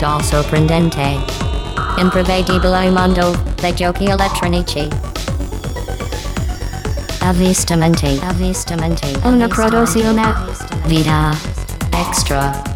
mondo sorprendente, imprevedibile mondo dei giochi elettronici. Avvistamenti. Una produzione Vita Extra.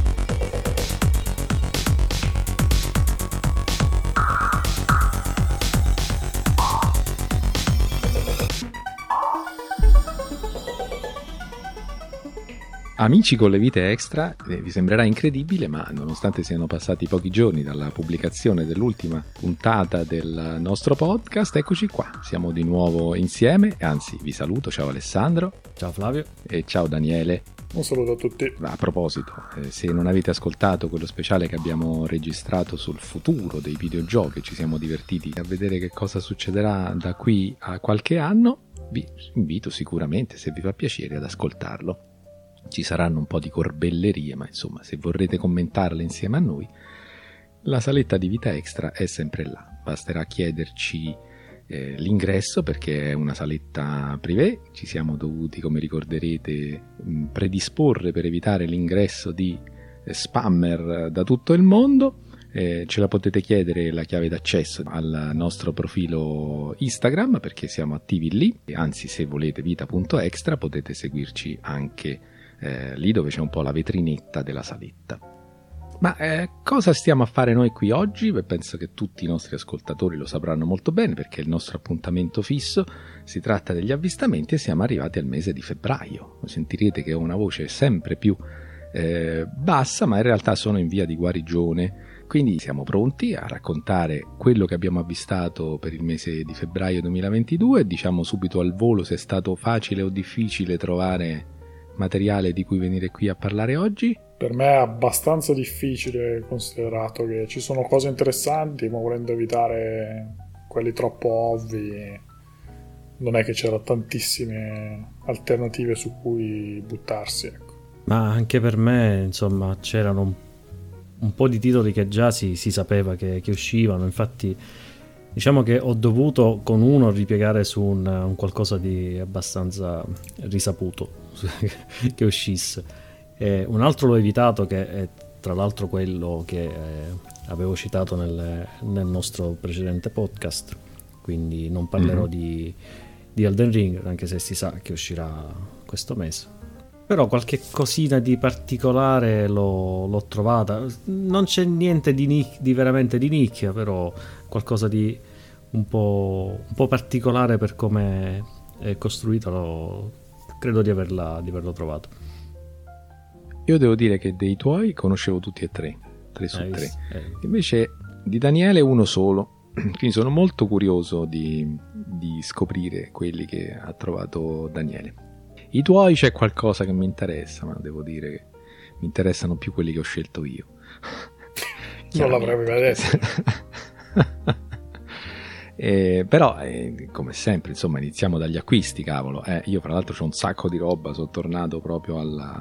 Amici con le vite extra, vi sembrerà incredibile, ma nonostante siano passati pochi giorni dalla pubblicazione dell'ultima puntata del nostro podcast, eccoci qua, siamo di nuovo insieme, anzi vi saluto, ciao Alessandro. Ciao Flavio. E ciao Daniele. Un saluto a tutti. A proposito, se non avete ascoltato quello speciale che abbiamo registrato sul futuro dei videogiochi, ci siamo divertiti a vedere che cosa succederà da qui a qualche anno, vi invito sicuramente, se vi fa piacere, ad ascoltarlo. Ci saranno un po' di corbellerie, ma insomma, se vorrete commentarle insieme a noi, la saletta di Vita Extra è sempre là. Basterà chiederci l'ingresso, perché è una saletta privé. Ci siamo dovuti, come ricorderete, predisporre per evitare l'ingresso di spammer da tutto il mondo. Ce la potete chiedere la chiave d'accesso al nostro profilo Instagram, perché siamo attivi lì. Anzi, se volete vita.extra potete seguirci anche lì dove c'è un po' la vetrinetta della saletta. Ma cosa stiamo a fare noi qui oggi? Beh, penso che tutti i nostri ascoltatori lo sapranno molto bene, perché è il nostro appuntamento fisso. Si tratta degli avvistamenti e siamo arrivati al mese di febbraio. Sentirete che ho una voce sempre più bassa, ma in realtà sono in via di guarigione, quindi siamo pronti a raccontare quello che abbiamo avvistato per il mese di febbraio 2022. Diciamo subito al volo se è stato facile o difficile trovare materiale di cui venire qui a parlare oggi. Per me è abbastanza difficile, considerato che ci sono cose interessanti, ma volendo evitare quelli troppo ovvi, non è che c'era tantissime alternative su cui buttarsi, ecco. Ma anche per me, insomma, c'erano un po' di titoli che già si sapeva che uscivano. Infatti diciamo che ho dovuto con uno ripiegare su un qualcosa di abbastanza risaputo che uscisse. Un altro l'ho evitato, che è tra l'altro quello che avevo citato nel nostro precedente podcast, quindi non parlerò di Elden Ring, anche se si sa che uscirà questo mese. Però qualche cosina di particolare l'ho trovata. Non c'è niente di veramente di nicchia, però qualcosa di un po' particolare per come è costruito, credo di averlo trovato. Io devo dire che dei tuoi conoscevo tutti e tre su tre. Invece di Daniele uno solo, quindi sono molto curioso di scoprire quelli che ha trovato Daniele. I tuoi c'è qualcosa che mi interessa, ma devo dire che mi interessano più quelli che ho scelto io. Non l'avrei mai detto. Però come sempre, insomma, iniziamo dagli acquisti, cavolo. Io fra l'altro c'ho un sacco di roba, sono tornato proprio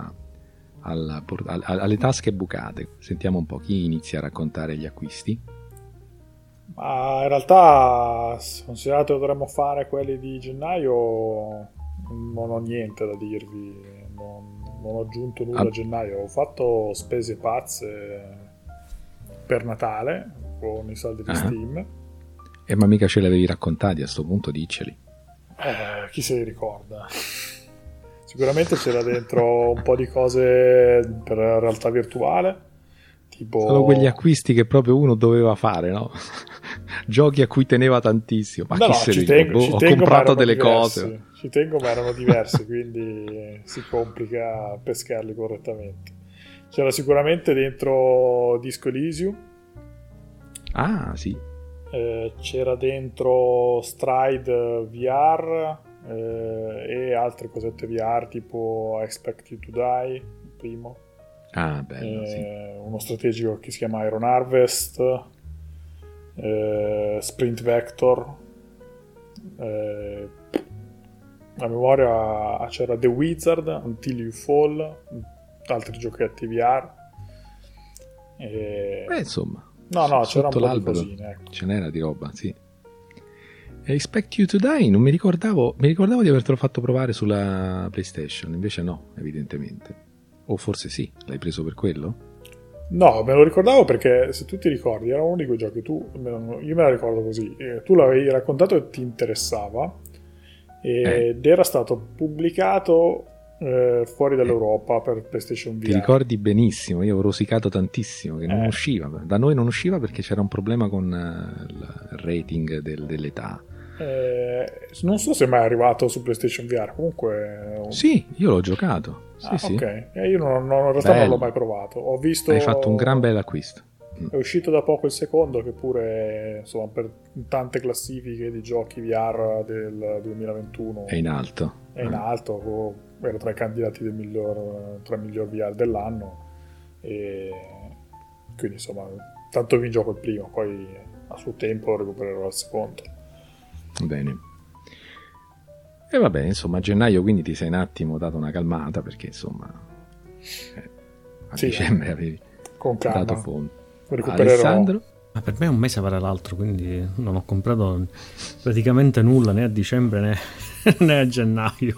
alle tasche bucate. Sentiamo un po' chi inizia a raccontare gli acquisti. Ma in realtà, considerato che dovremmo fare quelli di gennaio, non ho niente da dirvi, non ho aggiunto nulla a gennaio. Ho fatto spese pazze per Natale con i saldi di Steam. Ma mica ce li avevi raccontati, a sto punto dicceli. Chi se li ricorda? Sicuramente c'era dentro un po' di cose per realtà virtuale, tipo... Sono quegli acquisti che proprio uno doveva fare, no? Giochi a cui teneva tantissimo. Ma ho comprato delle cose. Ci tengo, ma erano diversi, quindi si complica pescarli correttamente. C'era sicuramente dentro Disco Elysium. Ah, sì. C'era dentro Stride VR e altre cosette VR tipo I Expect You to Die, il primo. Ah, bello, sì. Uno strategico che si chiama Iron Harvest, Sprint Vector, a memoria c'era The Wizard, Until You Fall, altri giochetti VR. Insomma, no, c'era un po' l'albero di cosine, ecco. Ce n'era di roba, sì. Expect You to Die non mi ricordavo di avertelo fatto provare sulla PlayStation, invece no, evidentemente. O forse sì, l'hai preso per quello? No, me lo ricordavo perché, se tu ti ricordi, era uno di quei giochi, io me la ricordo così, tu l'avevi raccontato e ti interessava, ed era stato pubblicato fuori dall'Europa per PlayStation VR. Ti ricordi benissimo, io ho rosicato tantissimo che non usciva, da noi non usciva perché c'era un problema con il rating dell'età. Non so se è mai arrivato su PlayStation VR, comunque... Sì, io l'ho giocato. Sì. Ok, io in realtà non l'ho mai provato. Ho visto... Hai fatto un gran bel acquisto. È uscito da poco il secondo, che pure, insomma, per tante classifiche di giochi VR del 2021 è in alto. È in alto, era tra i candidati tra il miglior VR dell'anno, e quindi insomma, tanto vi gioco il primo, poi a suo tempo recupererò il secondo. Bene. E vabbè, insomma, a gennaio quindi ti sei un attimo dato una calmata, perché insomma a dicembre avevi con calma dato fondo. Recupererò. Alessandro? Ma per me un mese vale l'altro, quindi non ho comprato praticamente nulla né a dicembre né a gennaio.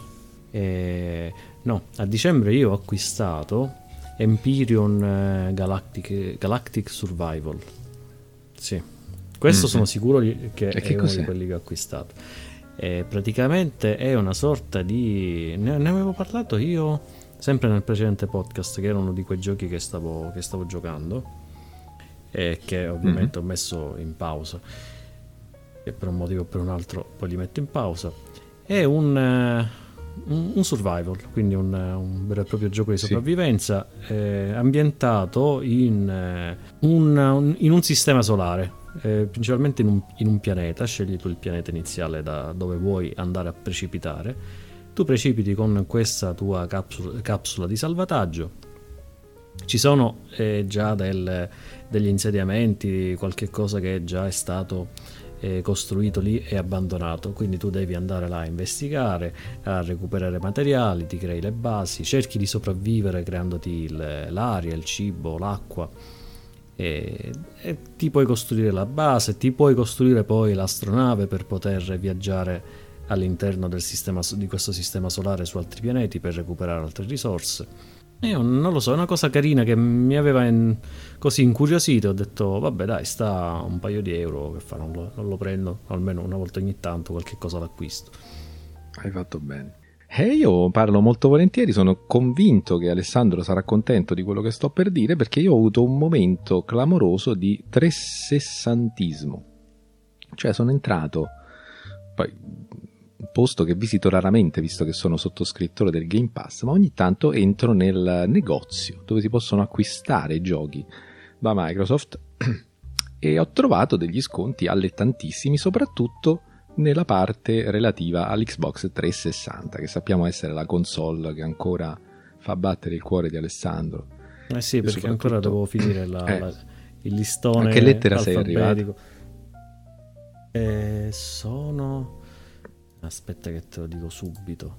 No, a dicembre io ho acquistato Empyrean Galactic Survival. Sì, questo sono sicuro che è uno di quelli che ho acquistato. Praticamente è una sorta di... Ne avevo parlato io sempre nel precedente podcast, che era uno di quei giochi che stavo giocando e che ovviamente ho messo in pausa, e per un motivo o per un altro poi li metto in pausa. È un survival, quindi un vero e proprio gioco di sopravvivenza, ambientato in un sistema solare, principalmente in un pianeta. Scegli tu il pianeta iniziale da dove vuoi andare a precipitare. Tu precipiti con questa tua capsula di salvataggio. Ci sono già degli insediamenti, qualche cosa che già è stato costruito lì e abbandonato, quindi tu devi andare là a investigare, a recuperare materiali, ti crei le basi, cerchi di sopravvivere creandoti l'aria, il cibo, l'acqua, e ti puoi costruire la base, ti puoi costruire poi l'astronave per poter viaggiare all'interno di questo sistema solare su altri pianeti per recuperare altre risorse. Io non lo so, è una cosa carina che mi aveva così incuriosito. Ho detto vabbè dai, sta un paio di euro, che fa, non lo prendo, almeno una volta ogni tanto qualche cosa l'acquisto. Hai fatto bene. Io parlo molto volentieri, sono convinto che Alessandro sarà contento di quello che sto per dire, perché io ho avuto un momento clamoroso di 360ismo. Cioè sono entrato, poi posto che visito raramente visto che sono sottoscrittore del Game Pass, ma ogni tanto entro nel negozio dove si possono acquistare i giochi da Microsoft e ho trovato degli sconti allettantissimi, soprattutto nella parte relativa all'Xbox 360, che sappiamo essere la console che ancora fa battere il cuore di Alessandro. Sì, perché ancora devo finire il listone. A che lettera sei arrivato? Sono... Aspetta che te lo dico subito.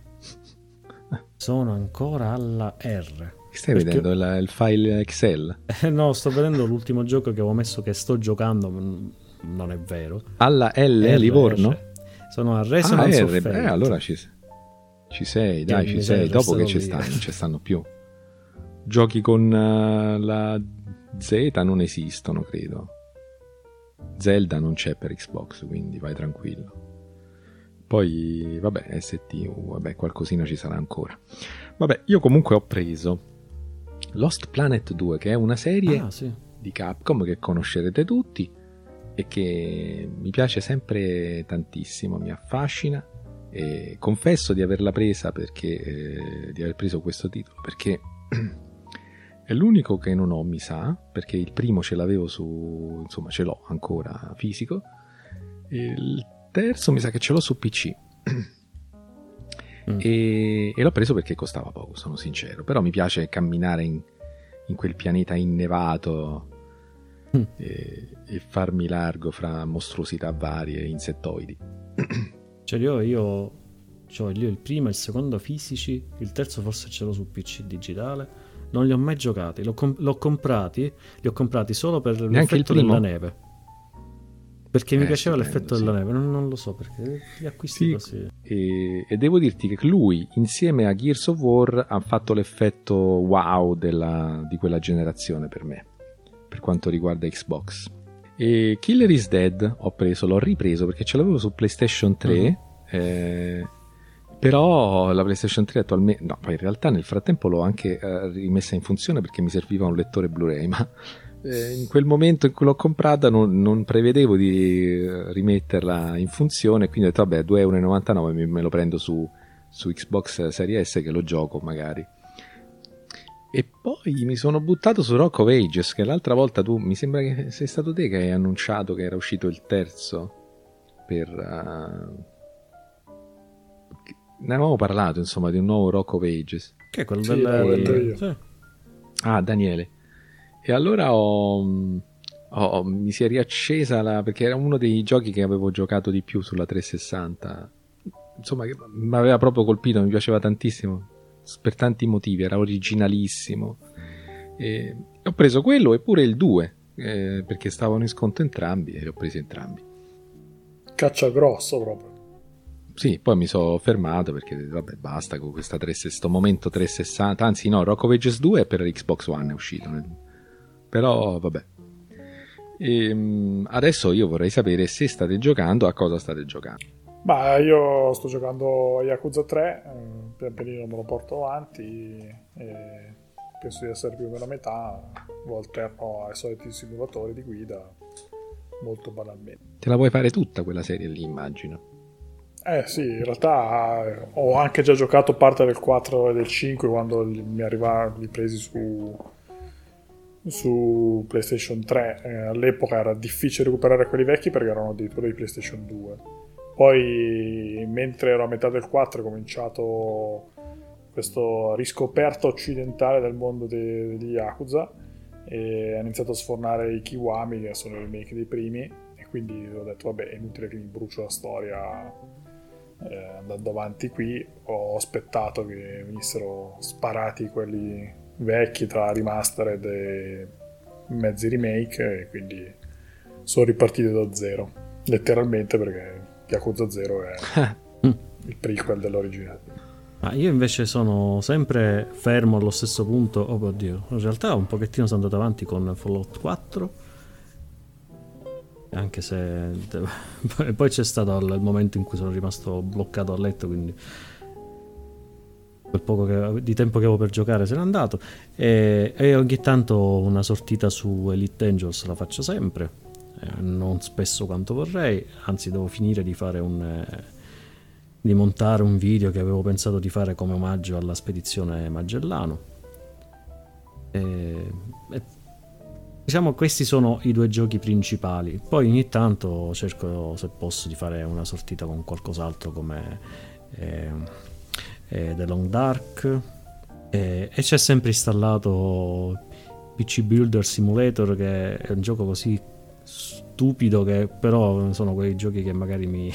Sono ancora alla R. Stai vedendo il file Excel? No, sto vedendo l'ultimo gioco che avevo messo, che sto giocando. Non è vero. Alla L Livorno? Sono a Resonance of Fate. Allora ci sei, dai, ci sei. Dopo che ci stanno, non ci stanno più. Giochi con la Z non esistono, credo. Zelda non c'è per Xbox, quindi vai tranquillo. Poi, vabbè, vabbè, qualcosina ci sarà ancora. Vabbè, io comunque ho preso Lost Planet 2, che è una serie di Capcom che conoscerete tutti e che mi piace sempre tantissimo, mi affascina, e confesso di averla presa perché di aver preso questo titolo perché è l'unico che non ho, mi sa, perché il primo ce l'avevo insomma ce l'ho ancora fisico, il terzo mi sa che ce l'ho su PC e l'ho preso perché costava poco, sono sincero, però mi piace camminare in quel pianeta innevato e farmi largo fra mostruosità varie e insettoidi. Cioè io c'ho il primo e il secondo fisici, il terzo forse ce l'ho su PC digitale, non li ho mai giocati, li ho comprati solo per l'effetto della neve. Perché mi piaceva stupendo, l'effetto sì. della neve, non lo so perché li acquisti Sì, così. e devo dirti che lui insieme a Gears of War ha fatto l'effetto wow di quella generazione per me, per quanto riguarda Xbox. E Killer is Dead l'ho ripreso perché ce l'avevo su PlayStation 3, però la PlayStation 3 attualmente, no, poi in realtà nel frattempo l'ho anche rimessa in funzione perché mi serviva un lettore Blu-ray, ma in quel momento in cui l'ho comprata non prevedevo di rimetterla in funzione, quindi ho detto vabbè, 2,99 me lo prendo su Xbox Series S che lo gioco magari. E poi mi sono buttato su Rock of Ages, che l'altra volta mi sembra che sei stato te che hai annunciato che era uscito il terzo per ne avevamo parlato insomma di un nuovo Rock of Ages. Che è quello Sì, l'avevo detto io. Sì. Ah, Daniele. E allora mi si è riaccesa perché era uno dei giochi che avevo giocato di più sulla 360. Insomma, che mi aveva proprio colpito, mi piaceva tantissimo. Per tanti motivi, era originalissimo. E ho preso quello e pure il 2, perché stavano in sconto entrambi e li ho presi entrambi. Caccia grosso proprio. Sì, poi mi sono fermato perché vabbè, basta con questa sto momento 360, anzi no, Rock of Ages 2 è per Xbox One, è uscito. Però vabbè. Adesso io vorrei sapere se state giocando, a cosa state giocando. Ma io sto giocando a Yakuza 3, pian pianino me lo porto avanti e penso di essere più o meno a metà, lo alterno ai soliti simulatori di guida, molto banalmente. Te la vuoi fare tutta quella serie lì, immagino. Sì, in realtà ho anche già giocato parte del 4 e del 5 quando mi arrivavano li presi su PlayStation 3. All'epoca era difficile recuperare quelli vecchi perché erano addirittura di PlayStation 2. Poi mentre ero a metà del 4 ho cominciato questo riscoperta occidentale del mondo degli Yakuza e ho iniziato a sfornare i Kiwami, che sono i remake dei primi, e quindi ho detto vabbè, è inutile che mi brucio la storia andando avanti qui. Ho aspettato che venissero sparati quelli vecchi tra remastered e mezzi remake, e quindi sono ripartito da zero, letteralmente, perché Yakuza 0 è il prequel dell'originale. Io invece sono sempre fermo allo stesso punto. Oh oddio, in realtà un pochettino sono andato avanti con Fallout 4, anche se poi c'è stato il momento in cui sono rimasto bloccato a letto, quindi quel poco di tempo che avevo per giocare se n'è andato, e ogni tanto una sortita su Elite Dangerous la faccio sempre, non spesso quanto vorrei, anzi devo finire di fare di montare un video che avevo pensato di fare come omaggio alla spedizione Magellano. Diciamo questi sono i due giochi principali. Poi ogni tanto cerco, se posso, di fare una sortita con qualcos'altro come The Long Dark, e c'è sempre installato PC Builder Simulator, che è un gioco così stupido che però sono quei giochi che magari mi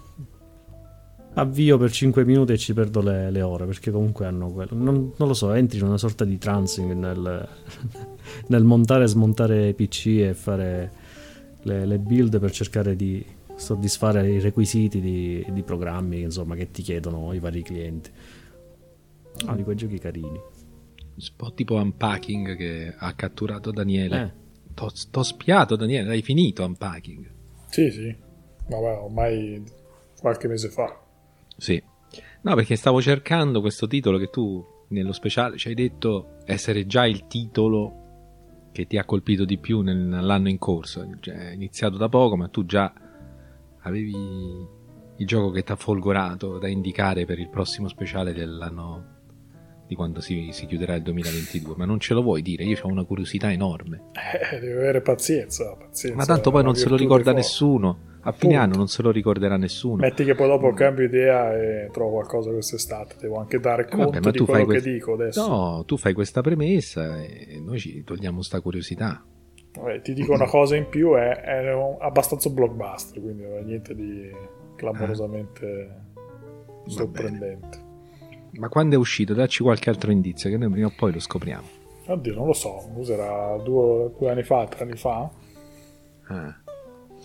avvio per 5 minuti e ci perdo le ore, perché comunque hanno quello, non lo so, entri in una sorta di transing nel montare e smontare PC e fare le build per cercare di soddisfare i requisiti di programmi, insomma, che ti chiedono i vari clienti. Di quei giochi carini, Un po' tipo Unpacking che ha catturato Daniele. T'ho spiato, Daniele, l'hai finito Unpacking? Sì, vabbè, ormai qualche mese fa. Sì. No, perché stavo cercando questo titolo che tu nello speciale ci hai detto essere già il titolo che ti ha colpito di più nell'anno in corso. Cioè, è iniziato da poco, ma tu già avevi il gioco che ti ha folgorato da indicare per il prossimo speciale dell'anno, di quando si chiuderà il 2022. Ma non ce lo vuoi dire? Io ho una curiosità enorme. Devi avere pazienza. Ma tanto poi non se lo ricorda nessuno. A fine anno non se lo ricorderà nessuno. Metti che poi dopo cambio idea e trovo qualcosa quest'estate. Devo anche dare conto di quello che dico adesso. No, tu fai questa premessa e noi ci togliamo sta curiosità. Vabbè, ti dico una cosa in più, è abbastanza blockbuster, quindi non è niente di clamorosamente sorprendente. Ma quando è uscito? Dacci qualche altro indizio, che noi prima o poi lo scopriamo. Oddio, non lo so, cos'era, 2 anni fa, 3 anni fa?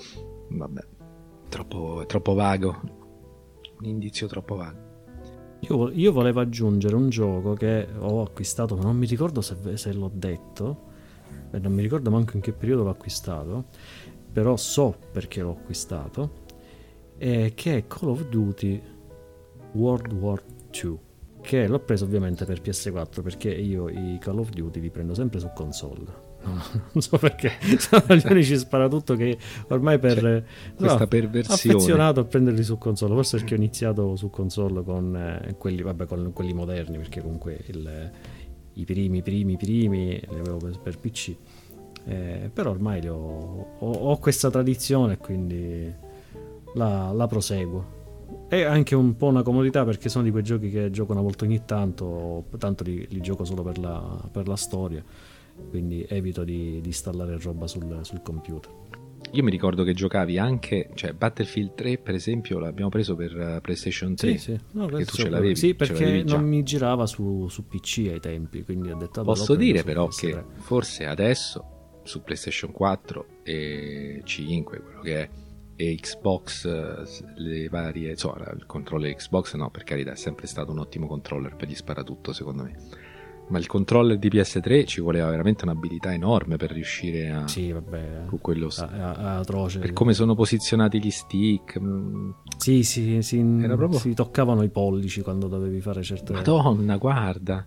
vabbè, è troppo vago, un indizio troppo vago. Io volevo aggiungere un gioco che ho acquistato, ma non mi ricordo se l'ho detto, e non mi ricordo manco in che periodo l'ho acquistato, però so perché l'ho acquistato, che è Call of Duty World War II, che l'ho preso ovviamente per PS4, perché io i Call of Duty li prendo sempre su console. No, non so perché sono gli unici sparatutto che ormai per questa perversione affezionato a prenderli su console, forse perché ho iniziato su console con quelli moderni, perché comunque i primi li avevo per PC, però ormai ho questa tradizione, quindi la proseguo. È anche un po' una comodità, perché sono di quei giochi che gioco una volta ogni tanto li gioco solo per la storia, quindi evito di installare roba sul computer. Io mi ricordo che giocavi anche, cioè Battlefield 3 per esempio l'abbiamo preso per PlayStation 3. Sì. No, perché tu ce l'avevi. Sì, perché non mi girava su PC ai tempi, quindi ho detto posso dire però che forse adesso su PlayStation 4 e 5 quello che è, e Xbox, le varie, insomma, il controller Xbox no, per carità, è sempre stato un ottimo controller per gli sparatutto secondo me, ma il controller di PS3 ci voleva veramente un'abilità enorme per riuscire a... Sì, vabbè, con quello atroce. Per come sono posizionati gli stick. Sì, era proprio... si toccavano i pollici quando dovevi fare certe... Madonna, guarda.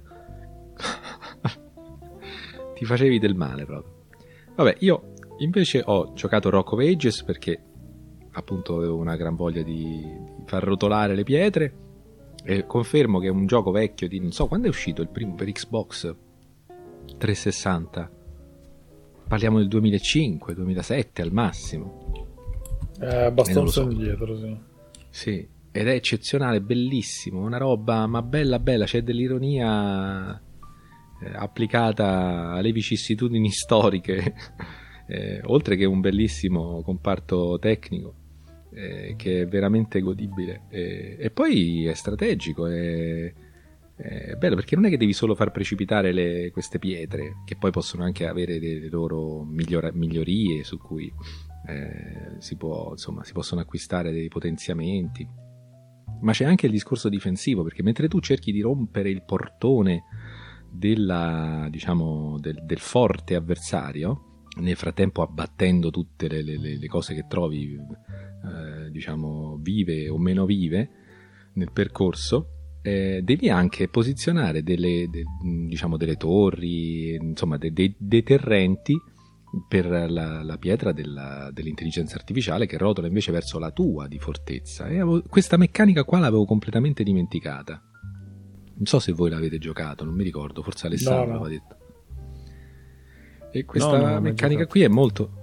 Ti facevi del male proprio. Vabbè, io invece ho giocato Rock of Ages perché appunto avevo una gran voglia di far rotolare le pietre. E confermo che è un gioco vecchio di non so quando è uscito il primo per Xbox 360, parliamo del 2005 2007 al massimo, abbastanza indietro, sì, ed è eccezionale, bellissimo, una roba ma bella, c'è dell'ironia applicata alle vicissitudini storiche, oltre che un bellissimo comparto tecnico che è veramente godibile, e poi è strategico, è bello perché non è che devi solo far precipitare queste pietre, che poi possono anche avere delle loro migliorie su cui si possono acquistare dei potenziamenti, ma c'è anche il discorso difensivo, perché mentre tu cerchi di rompere il portone del forte avversario, nel frattempo abbattendo tutte le cose che trovi vive o meno vive nel percorso, devi anche posizionare delle torri, insomma dei deterrenti per la pietra dell'intelligenza artificiale che rotola invece verso la tua di fortezza, e questa meccanica qua l'avevo completamente dimenticata. Non so se voi l'avete giocato, non mi ricordo, forse Alessandro l'aveva detto. E questa meccanica qui è molto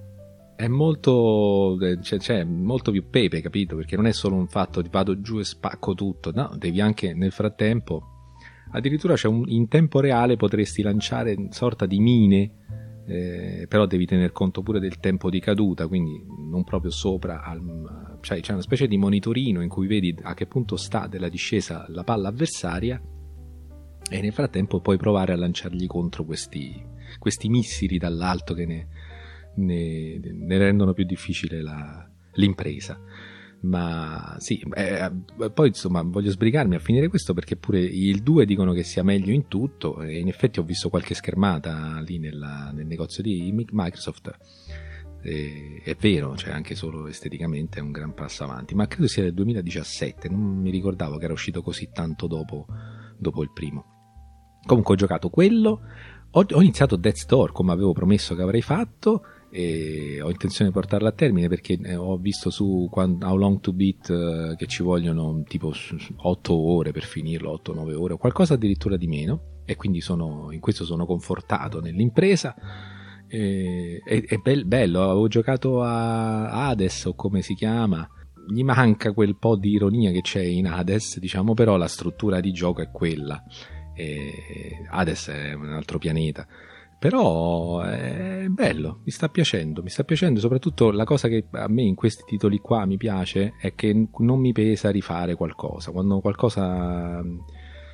c'è molto più pepe, capito? Perché non è solo un fatto di vado giù e spacco tutto, no, devi anche nel frattempo, addirittura in tempo reale potresti lanciare una sorta di mine, però devi tener conto pure del tempo di caduta, quindi non proprio sopra c'è una specie di monitorino in cui vedi a che punto sta della discesa la palla avversaria, e nel frattempo puoi provare a lanciargli contro questi missili dall'alto che ne rendono più difficile l'impresa. Ma sì, poi insomma voglio sbrigarmi a finire questo, perché pure il 2 dicono che sia meglio in tutto, e in effetti ho visto qualche schermata lì nel negozio di Microsoft, è vero, cioè anche solo esteticamente è un gran passo avanti, ma credo sia del 2017, non mi ricordavo che era uscito così tanto dopo il primo. Comunque ho giocato quello, ho iniziato Death's Door come avevo promesso che avrei fatto, e ho intenzione di portarlo a termine, perché ho visto su How Long to Beat che ci vogliono tipo 8 ore per finirlo, 8-9 ore o qualcosa addirittura di meno, e quindi in questo sono confortato nell'impresa. È bello, avevo giocato a Hades o come si chiama, gli manca quel po' di ironia che c'è in Hades, diciamo, però la struttura di gioco è quella. Hades è un altro pianeta, però è bello, mi sta piacendo, soprattutto la cosa che a me in questi titoli qua mi piace è che non mi pesa rifare qualcosa, quando qualcosa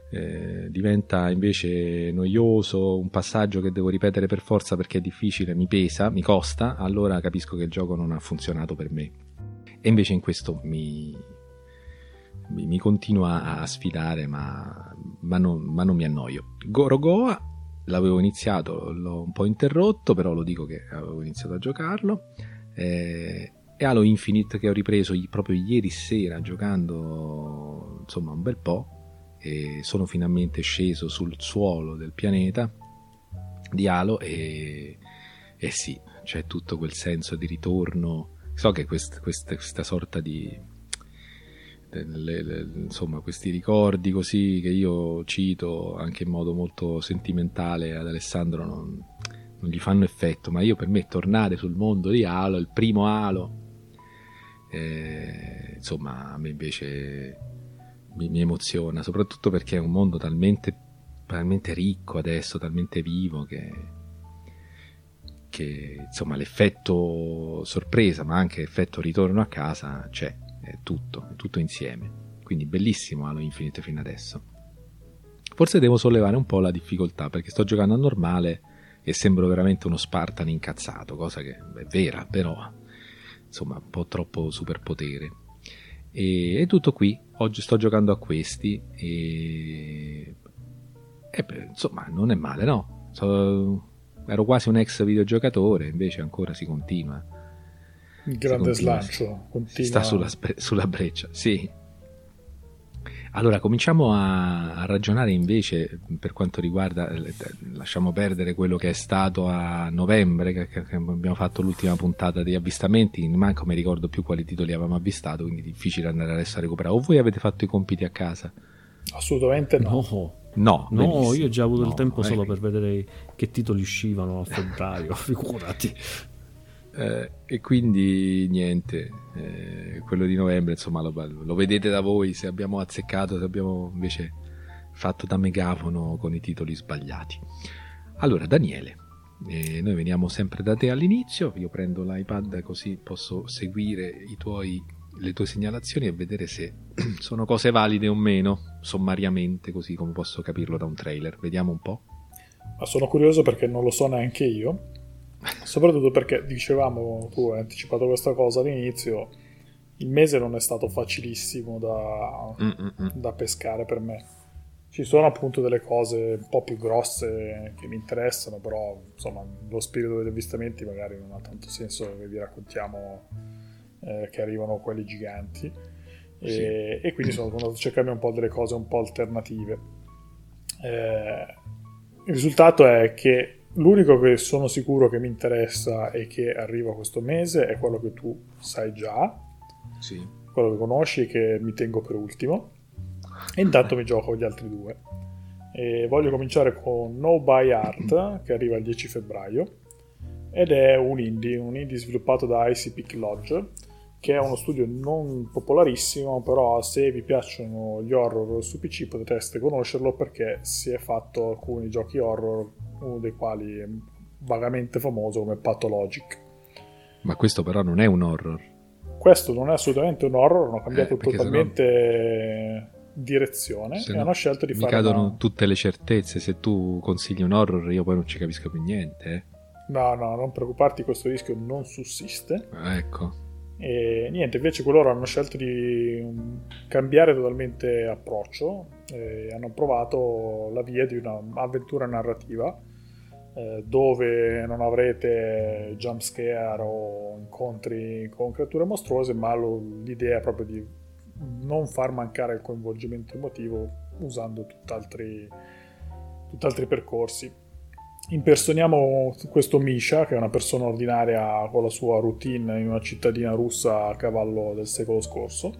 diventa invece noioso, un passaggio che devo ripetere per forza perché è difficile, mi pesa, mi costa, allora capisco che il gioco non ha funzionato per me. E invece in questo mi continua a sfidare, ma non mi annoio. Gorogoa l'avevo iniziato, l'ho un po' interrotto, però lo dico che avevo iniziato a giocarlo. E Halo Infinite che ho ripreso proprio ieri sera giocando, insomma, un bel po', e sono finalmente sceso sul suolo del pianeta di Halo e sì, c'è tutto quel senso di ritorno. So che questa sorta di insomma, questi ricordi così che io cito anche in modo molto sentimentale ad Alessandro non gli fanno effetto, ma per me tornare sul mondo di Halo, il primo Halo, insomma, a me invece mi emoziona, soprattutto perché è un mondo talmente ricco adesso, talmente vivo che insomma l'effetto sorpresa ma anche l'effetto ritorno a casa c'è, è tutto insieme. Quindi bellissimo Halo Infinite fino adesso. Forse devo sollevare un po' la difficoltà perché sto giocando a normale e sembro veramente uno Spartan incazzato, cosa che è vera, però insomma un po' troppo superpotere. E tutto qui. Oggi sto giocando a questi e insomma non è male, no? Ero quasi un ex videogiocatore, invece ancora si continua. Il grande slancio continua. Sta sulla breccia, sì. Allora cominciamo a ragionare invece per quanto riguarda, lasciamo perdere quello che è stato a novembre, che abbiamo fatto l'ultima puntata degli avvistamenti, manco mi ricordo più quali titoli avevamo avvistato, quindi difficile andare adesso a recuperare. O voi avete fatto i compiti a casa? Assolutamente no. No, io ho già avuto il tempo solo per vedere che titoli uscivano a febbraio, figurati. E quindi niente, quello di novembre insomma lo vedete da voi se abbiamo azzeccato, se abbiamo invece fatto da megafono con i titoli sbagliati. Allora Daniele, noi veniamo sempre da te all'inizio, io prendo l'iPad così posso seguire le tue segnalazioni e vedere se sono cose valide o meno, sommariamente, così come posso capirlo da un trailer. Vediamo un po'. Ma sono curioso perché non lo so neanche io, soprattutto perché dicevamo, tu hai anticipato questa cosa all'inizio, il mese non è stato facilissimo da pescare per me. Ci sono appunto delle cose un po' più grosse che mi interessano, però insomma lo spirito degli avvistamenti magari non ha tanto senso che vi raccontiamo che arrivano quelli giganti, sì. E quindi sono andato a cercarmi un po' delle cose un po' alternative. Il risultato è che l'unico che sono sicuro che mi interessa e che arriva questo mese è quello che tu sai già, sì. Quello che conosci e che mi tengo per ultimo, e intanto mi gioco gli altri due. E voglio cominciare con No Buy Art, che arriva il 10 febbraio, ed è un indie sviluppato da Icy Peak Lodge, che è uno studio non popolarissimo, però se vi piacciono gli horror su PC potreste conoscerlo perché si è fatto alcuni giochi horror, uno dei quali è vagamente famoso come Pathologic. Ma questo però non è un horror. Questo non è assolutamente un horror, hanno cambiato totalmente direzione e hanno scelto di fare... Mi cadono tutte le certezze, se tu consigli un horror io poi non ci capisco più niente. No, non preoccuparti, questo rischio non sussiste. Ecco. E niente, invece loro hanno scelto di cambiare totalmente approccio e hanno provato la via di un'avventura narrativa dove non avrete jump scare o incontri con creature mostruose, ma l'idea è proprio di non far mancare il coinvolgimento emotivo usando tutt'altri percorsi. Impersoniamo questo Misha, che è una persona ordinaria con la sua routine in una cittadina russa a cavallo del secolo scorso,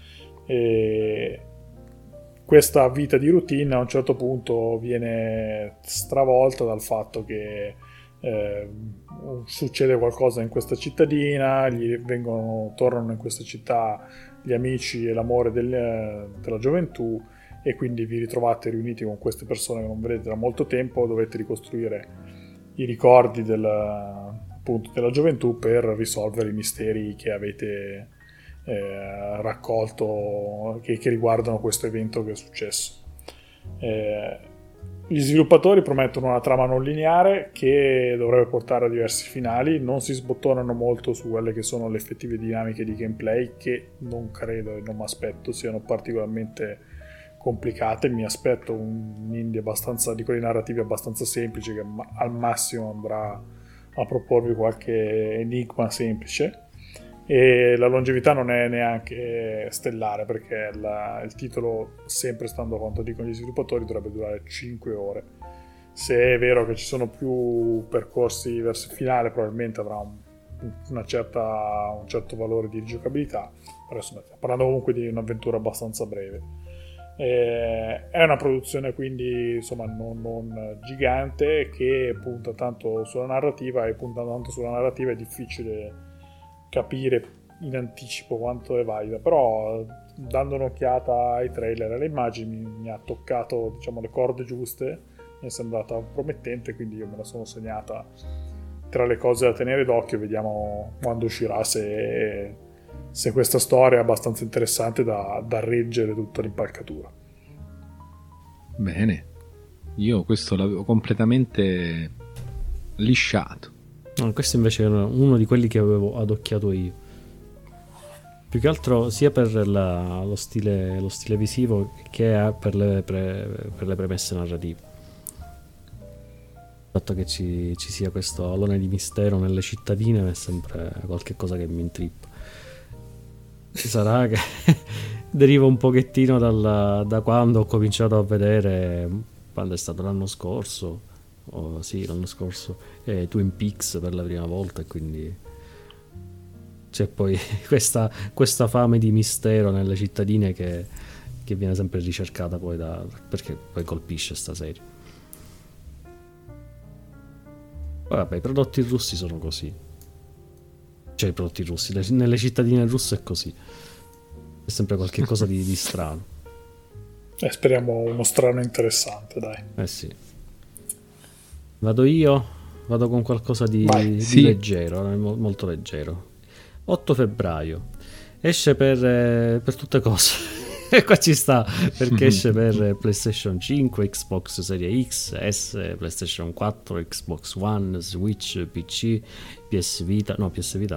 e questa vita di routine a un certo punto viene stravolta dal fatto che succede qualcosa in questa cittadina, tornano in questa città gli amici e l'amore della gioventù, e quindi vi ritrovate riuniti con queste persone che non vedete da molto tempo, dovete ricostruire i ricordi appunto della gioventù per risolvere i misteri che avete raccolto che riguardano questo evento che è successo. Gli sviluppatori promettono una trama non lineare che dovrebbe portare a diversi finali, non si sbottonano molto su quelle che sono le effettive dinamiche di gameplay, che non credo e non mi aspetto siano particolarmente complicate. Mi aspetto un indie abbastanza, di quelli narrativi abbastanza semplici, che al massimo andrà a proporvi qualche enigma semplice, e la longevità non è neanche stellare, perché il titolo, sempre stando a quanto dicono gli sviluppatori, dovrebbe durare 5 ore. Se è vero che ci sono più percorsi verso il finale, probabilmente avrà un certo valore di rigiocabilità, però insomma, stiamo parlando comunque di un'avventura abbastanza breve. È una produzione quindi insomma non gigante, che punta tanto sulla narrativa, e puntando tanto sulla narrativa è difficile capire in anticipo quanto è valida, però dando un'occhiata ai trailer e alle immagini mi ha toccato, diciamo, le corde giuste, mi è sembrata promettente, quindi io me la sono segnata tra le cose da tenere d'occhio. Vediamo quando uscirà, se questa storia è abbastanza interessante da reggere tutta l'impalcatura. Bene, io questo l'avevo completamente lisciato. No, questo invece era uno di quelli che avevo adocchiato io, più che altro sia per lo stile visivo che per le premesse narrative. Il fatto che ci sia questo alone di mistero nelle cittadine è sempre qualche cosa che mi intrippa. Sarà che deriva un pochettino da quando ho cominciato a vedere, quando è stato l'anno scorso, l'anno scorso, Twin Peaks per la prima volta, e quindi c'è poi questa fame di mistero nelle cittadine che viene sempre ricercata poi perché poi colpisce sta serie. Vabbè, i prodotti russi sono così, cioè i prodotti russi nelle cittadine russe è così, è sempre qualche cosa di strano. Speriamo uno strano interessante, dai. Sì. Vado con qualcosa di leggero, molto leggero. 8 febbraio esce per tutte cose. E qua ci sta, perché esce per PlayStation 5, Xbox Series X, S, PlayStation 4, Xbox One, Switch, PC, PS Vita no,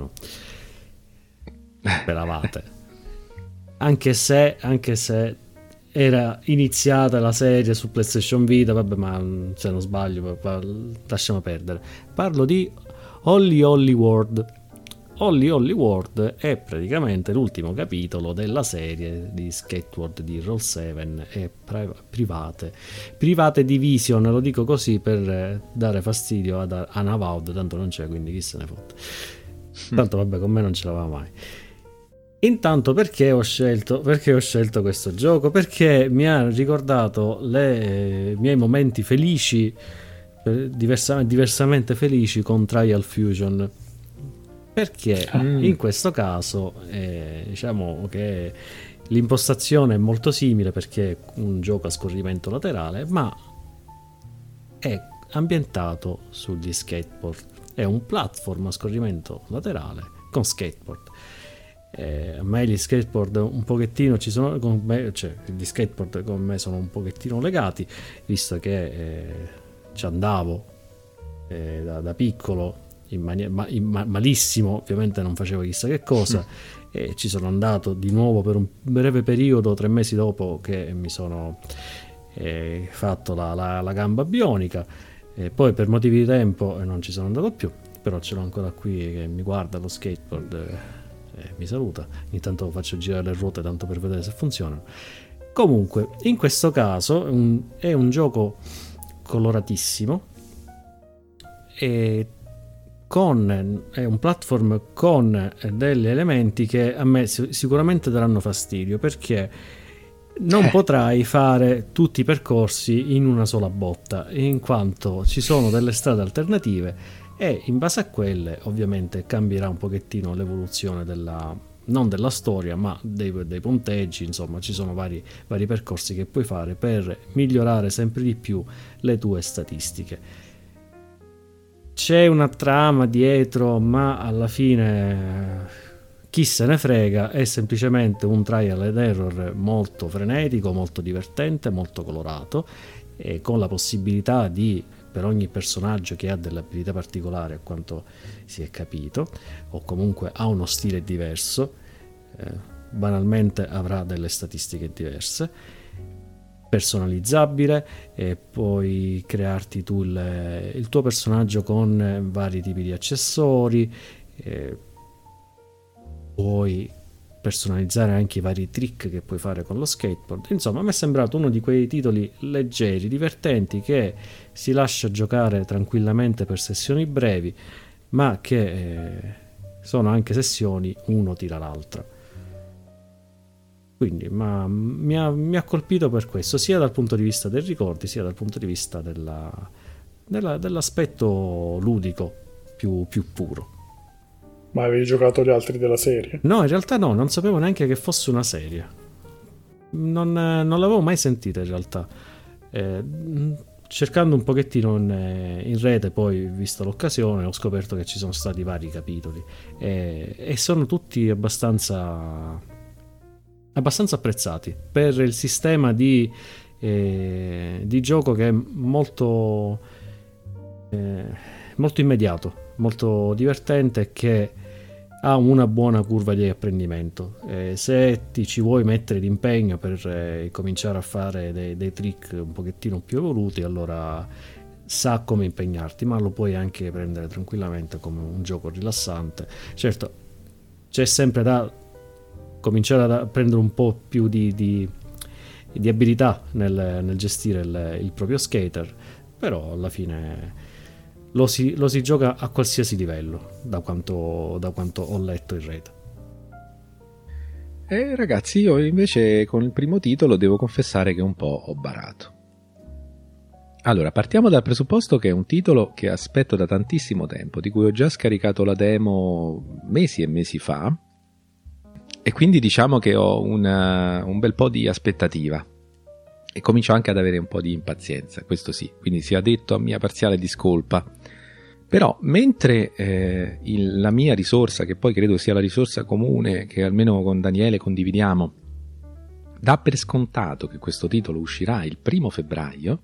speravate. Anche se era iniziata la serie su PlayStation Vita, vabbè, ma se non sbaglio lasciamo perdere. Parlo di Holly Holly World. Holly Holly World è praticamente l'ultimo capitolo della serie di Skateboard di Roll7 e Private Division, lo dico così per dare fastidio ad Anavowd, tanto non c'è, quindi chi se ne fotte. Tanto vabbè, con me non ce l'aveva mai. Intanto perché ho scelto questo gioco? Perché mi ha ricordato i miei momenti felici, diversamente felici, con Trial Fusion. Perché in questo caso diciamo che l'impostazione è molto simile, perché è un gioco a scorrimento laterale, ma è ambientato sugli skateboard. È un platform a scorrimento laterale con skateboard. A me gli skateboard un pochettino gli skateboard con me sono un pochettino legati, visto che ci andavo da piccolo malissimo, ovviamente non facevo chissà che cosa, e ci sono andato di nuovo per un breve periodo, 3 mesi dopo che mi sono fatto la gamba bionica, e poi per motivi di tempo non ci sono andato più, però ce l'ho ancora qui che mi guarda lo skateboard, mi saluta, intanto faccio girare le ruote tanto per vedere se funzionano. Comunque in questo caso è un gioco coloratissimo, e è un platform con degli elementi che a me sicuramente daranno fastidio, perché non potrai fare tutti i percorsi in una sola botta, in quanto ci sono delle strade alternative, e in base a quelle ovviamente cambierà un pochettino l'evoluzione non della storia, ma dei punteggi. Insomma, ci sono vari percorsi che puoi fare per migliorare sempre di più le tue statistiche. C'è una trama dietro, ma alla fine chi se ne frega, è semplicemente un trial and error molto frenetico, molto divertente, molto colorato, e con la possibilità di, per ogni personaggio che ha delle abilità particolari, a quanto si è capito, o comunque ha uno stile diverso, banalmente avrà delle statistiche diverse, personalizzabile, e puoi crearti tu il tuo personaggio con vari tipi di accessori, puoi personalizzare anche i vari trick che puoi fare con lo skateboard. Insomma, a me è sembrato uno di quei titoli leggeri, divertenti, che si lascia giocare tranquillamente per sessioni brevi, ma che sono anche sessioni uno tira l'altra. Quindi mi ha colpito per questo, sia dal punto di vista dei ricordi, sia dal punto di vista dell'aspetto ludico più puro. Ma avevi giocato gli altri della serie? No, in realtà no, non sapevo neanche che fosse una serie. Non l'avevo mai sentita in realtà. Cercando un pochettino in rete, poi, vista l'occasione, ho scoperto che ci sono stati vari capitoli e sono tutti abbastanza apprezzati per il sistema di gioco, che è molto immediato, molto divertente, che ha una buona curva di apprendimento. Se ti ci vuoi mettere d'impegno per cominciare a fare dei trick un pochettino più evoluti, allora sa come impegnarti, ma lo puoi anche prendere tranquillamente come un gioco rilassante. Certo, c'è sempre da cominciare a prendere un po' più di abilità nel gestire il proprio skater, però alla fine lo si gioca a qualsiasi livello, da quanto ho letto in rete. Ragazzi, io invece con il primo titolo devo confessare che un po' ho barato. Allora, partiamo dal presupposto che è un titolo che aspetto da tantissimo tempo, di cui ho già scaricato la demo mesi e mesi fa, e quindi diciamo che ho un bel po' di aspettativa e comincio anche ad avere un po' di impazienza, questo sì, quindi sia detto a mia parziale discolpa. Però mentre la mia risorsa, che poi credo sia la risorsa comune che almeno con Daniele condividiamo, dà per scontato che questo titolo uscirà il 1 febbraio,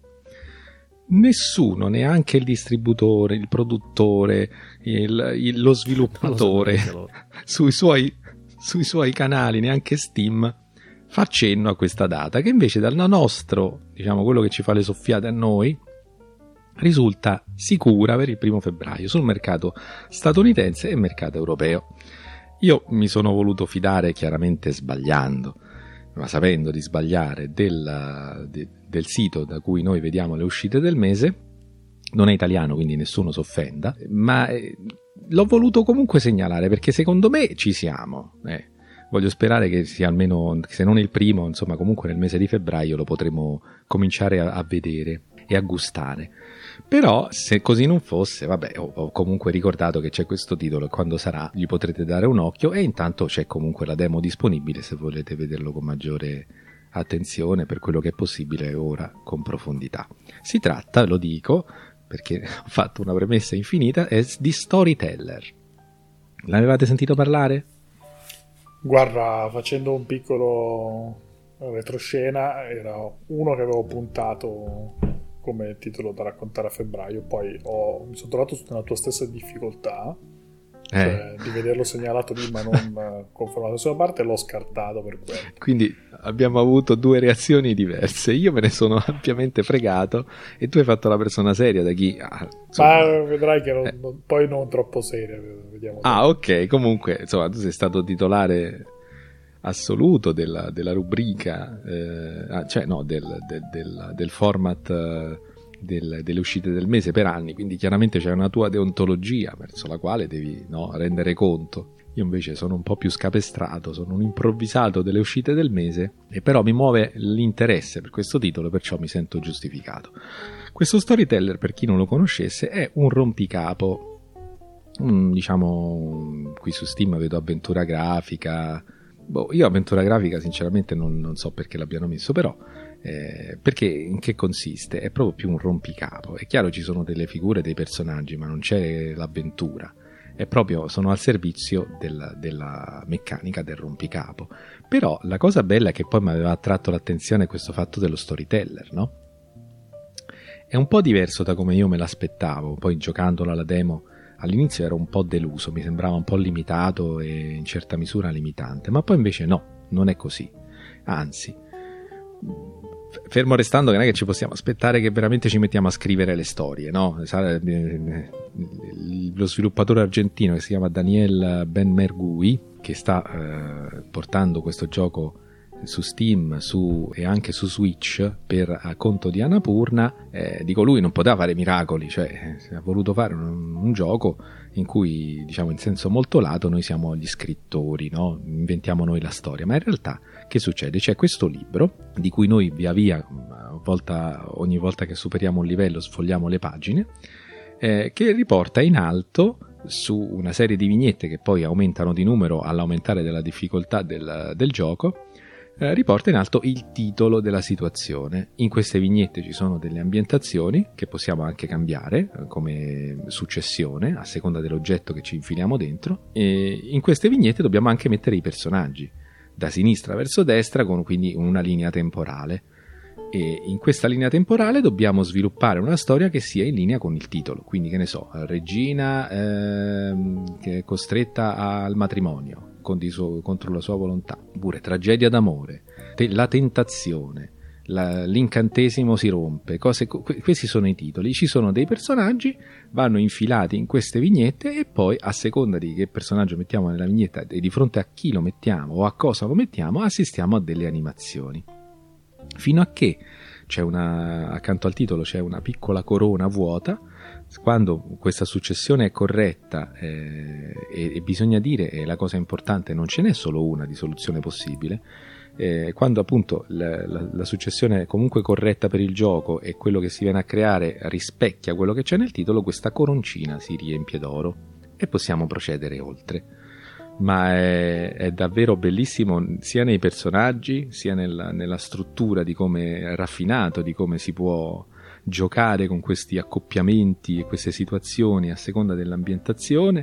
nessuno, neanche il distributore, il produttore, lo sviluppatore, sui suoi canali, neanche Steam, fa cenno a questa data, che invece dal nostro, diciamo, quello che ci fa le soffiate a noi, risulta sicura per il 1 febbraio sul mercato statunitense e mercato europeo. Io mi sono voluto fidare, chiaramente sbagliando, ma sapendo di sbagliare, del sito da cui noi vediamo le uscite del mese. Non è italiano, quindi nessuno si offenda, ma l'ho voluto comunque segnalare perché secondo me ci siamo. Voglio sperare che sia almeno, se non il primo, insomma comunque nel mese di febbraio lo potremo cominciare a vedere e a gustare. Però se così non fosse, vabbè, ho comunque ricordato che c'è questo titolo e quando sarà gli potrete dare un occhio, e intanto c'è comunque la demo disponibile se volete vederlo con maggiore attenzione, per quello che è possibile ora, con profondità. Si tratta, lo dico perché ho fatto una premessa infinita, è di Storyteller. L'avevate sentito parlare? Guarda, facendo un piccolo retroscena, era uno che avevo puntato come titolo da raccontare a febbraio, poi mi sono trovato nella tua stessa difficoltà, cioè di vederlo segnalato lì ma non confermato da nessuna parte, l'ho scartato per quello. Quindi abbiamo avuto due reazioni diverse. Io me ne sono ampiamente fregato e tu hai fatto la persona seria, da chi ma vedrai che poi non troppo seria, vediamo. Ok, comunque insomma tu sei stato titolare assoluto della rubrica, cioè no, del format delle uscite del mese per anni, quindi chiaramente c'è una tua deontologia verso la quale devi rendere conto. Io invece sono un po' più scapestrato, sono un improvvisato delle uscite del mese, e però mi muove l'interesse per questo titolo, perciò mi sento giustificato. Questo Storyteller, per chi non lo conoscesse, è un rompicapo, diciamo, qui su Steam vedo avventura grafica. Io avventura grafica sinceramente non so perché l'abbiano messo, però perché in che consiste? È proprio più un rompicapo. È chiaro, ci sono delle figure, dei personaggi, ma non c'è l'avventura. sono al servizio della meccanica del rompicapo. Però la cosa bella è che poi mi aveva attratto l'attenzione questo fatto dello storyteller, no? È un po' diverso da come io me l'aspettavo, poi giocandolo alla demo all'inizio ero un po' deluso, mi sembrava un po' limitato e in certa misura limitante, ma poi invece no, non è così, anzi, fermo restando che non è che ci possiamo aspettare che veramente ci mettiamo a scrivere le storie, no? Lo sviluppatore argentino che si chiama Daniel Benmergui, che sta portando questo gioco su Steam e anche su Switch per conto di Annapurna, dico, lui non poteva fare miracoli, cioè ha voluto fare un gioco in cui, diciamo, in senso molto lato noi siamo gli scrittori, no? Inventiamo noi la storia, ma in realtà che succede? C'è questo libro di cui noi via via ogni volta che superiamo un livello sfogliamo le pagine, che riporta in alto su una serie di vignette che poi aumentano di numero all'aumentare della difficoltà del gioco. Riporta in alto il titolo della situazione. In queste vignette ci sono delle ambientazioni che possiamo anche cambiare come successione a seconda dell'oggetto che ci infiliamo dentro, e in queste vignette dobbiamo anche mettere i personaggi da sinistra verso destra, con quindi una linea temporale, e in questa linea temporale dobbiamo sviluppare una storia che sia in linea con il titolo. Quindi, che ne so, Regina che è costretta al matrimonio contro la sua volontà, oppure tragedia d'amore, la tentazione, l'incantesimo si rompe, questi sono i titoli. Ci sono dei personaggi, vanno infilati in queste vignette e poi a seconda di che personaggio mettiamo nella vignetta e di fronte a chi lo mettiamo o a cosa lo mettiamo, assistiamo a delle animazioni, fino a che accanto al titolo c'è una piccola corona vuota. Quando questa successione è corretta, e bisogna dire, e la cosa importante, non ce n'è solo una di soluzione possibile, quando appunto la successione è comunque corretta per il gioco e quello che si viene a creare rispecchia quello che c'è nel titolo, questa coroncina si riempie d'oro e possiamo procedere oltre. Ma è davvero bellissimo sia nei personaggi sia nella struttura di come è raffinato, di come si può giocare con questi accoppiamenti e queste situazioni a seconda dell'ambientazione,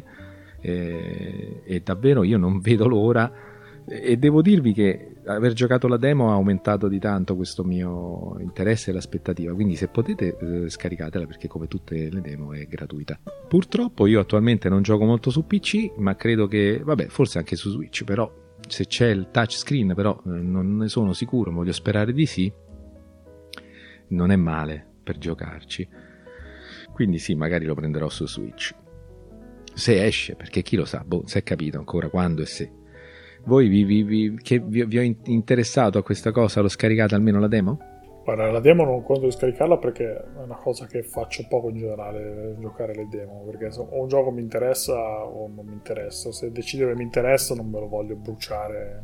e davvero io non vedo l'ora, e devo dirvi che aver giocato la demo ha aumentato di tanto questo mio interesse e l'aspettativa, quindi se potete scaricatela, perché come tutte le demo è gratuita. Purtroppo io attualmente non gioco molto su PC, ma credo che, forse anche su Switch, però se c'è il touchscreen, però non ne sono sicuro, voglio sperare di sì, non è male per giocarci, quindi sì, magari lo prenderò su Switch se esce, perché chi lo sa, si è capito ancora quando e se. Voi vi ho interessato a questa cosa? L'ho scaricata almeno la demo? Guarda, la demo non conto di scaricarla perché è una cosa che faccio poco in generale, giocare le demo, perché o un gioco mi interessa o non mi interessa. Se decido che mi interessa non me lo voglio bruciare.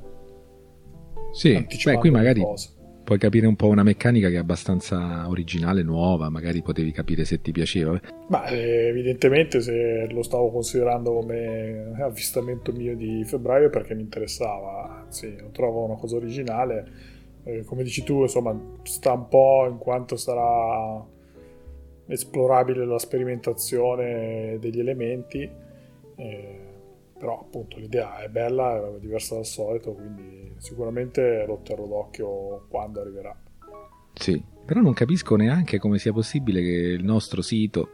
Sì, qui magari puoi capire un po' una meccanica che è abbastanza originale, nuova, magari potevi capire se ti piaceva. Ma evidentemente se lo stavo considerando come avvistamento mio di febbraio perché mi interessava, anzi lo trovo una cosa originale, come dici tu, insomma sta un po' in quanto sarà esplorabile la sperimentazione degli elementi, però appunto l'idea è bella, è diversa dal solito, quindi sicuramente lo terrò d'occhio quando arriverà. Sì, però non capisco neanche come sia possibile che il nostro sito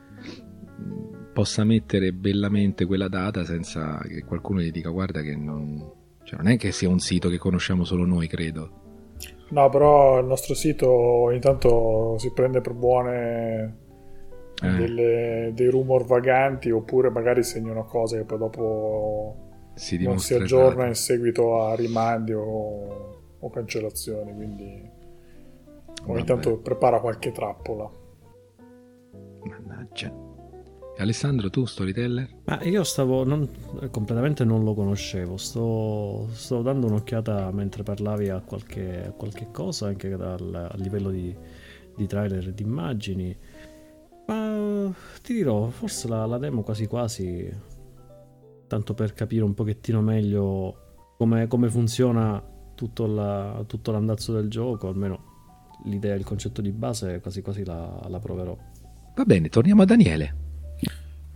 possa mettere bellamente quella data senza che qualcuno gli dica guarda che non è che sia un sito che conosciamo solo noi, credo. No, però il nostro sito ogni tanto si prende per buone dei rumor vaganti, oppure magari segnano cose che poi dopo non si aggiorna in seguito a rimandi o cancellazioni, quindi ogni tanto prepara qualche trappola. Mannaggia. Alessandro, tu storyteller? Ma io completamente non lo conoscevo, sto dando un'occhiata mentre parlavi a qualche cosa, anche a livello di trailer e di immagini, ma ti dirò, forse la demo quasi quasi, tanto per capire un pochettino meglio come funziona tutto l'andazzo del gioco, almeno l'idea, il concetto di base, quasi quasi la proverò. Va bene, torniamo a Daniele.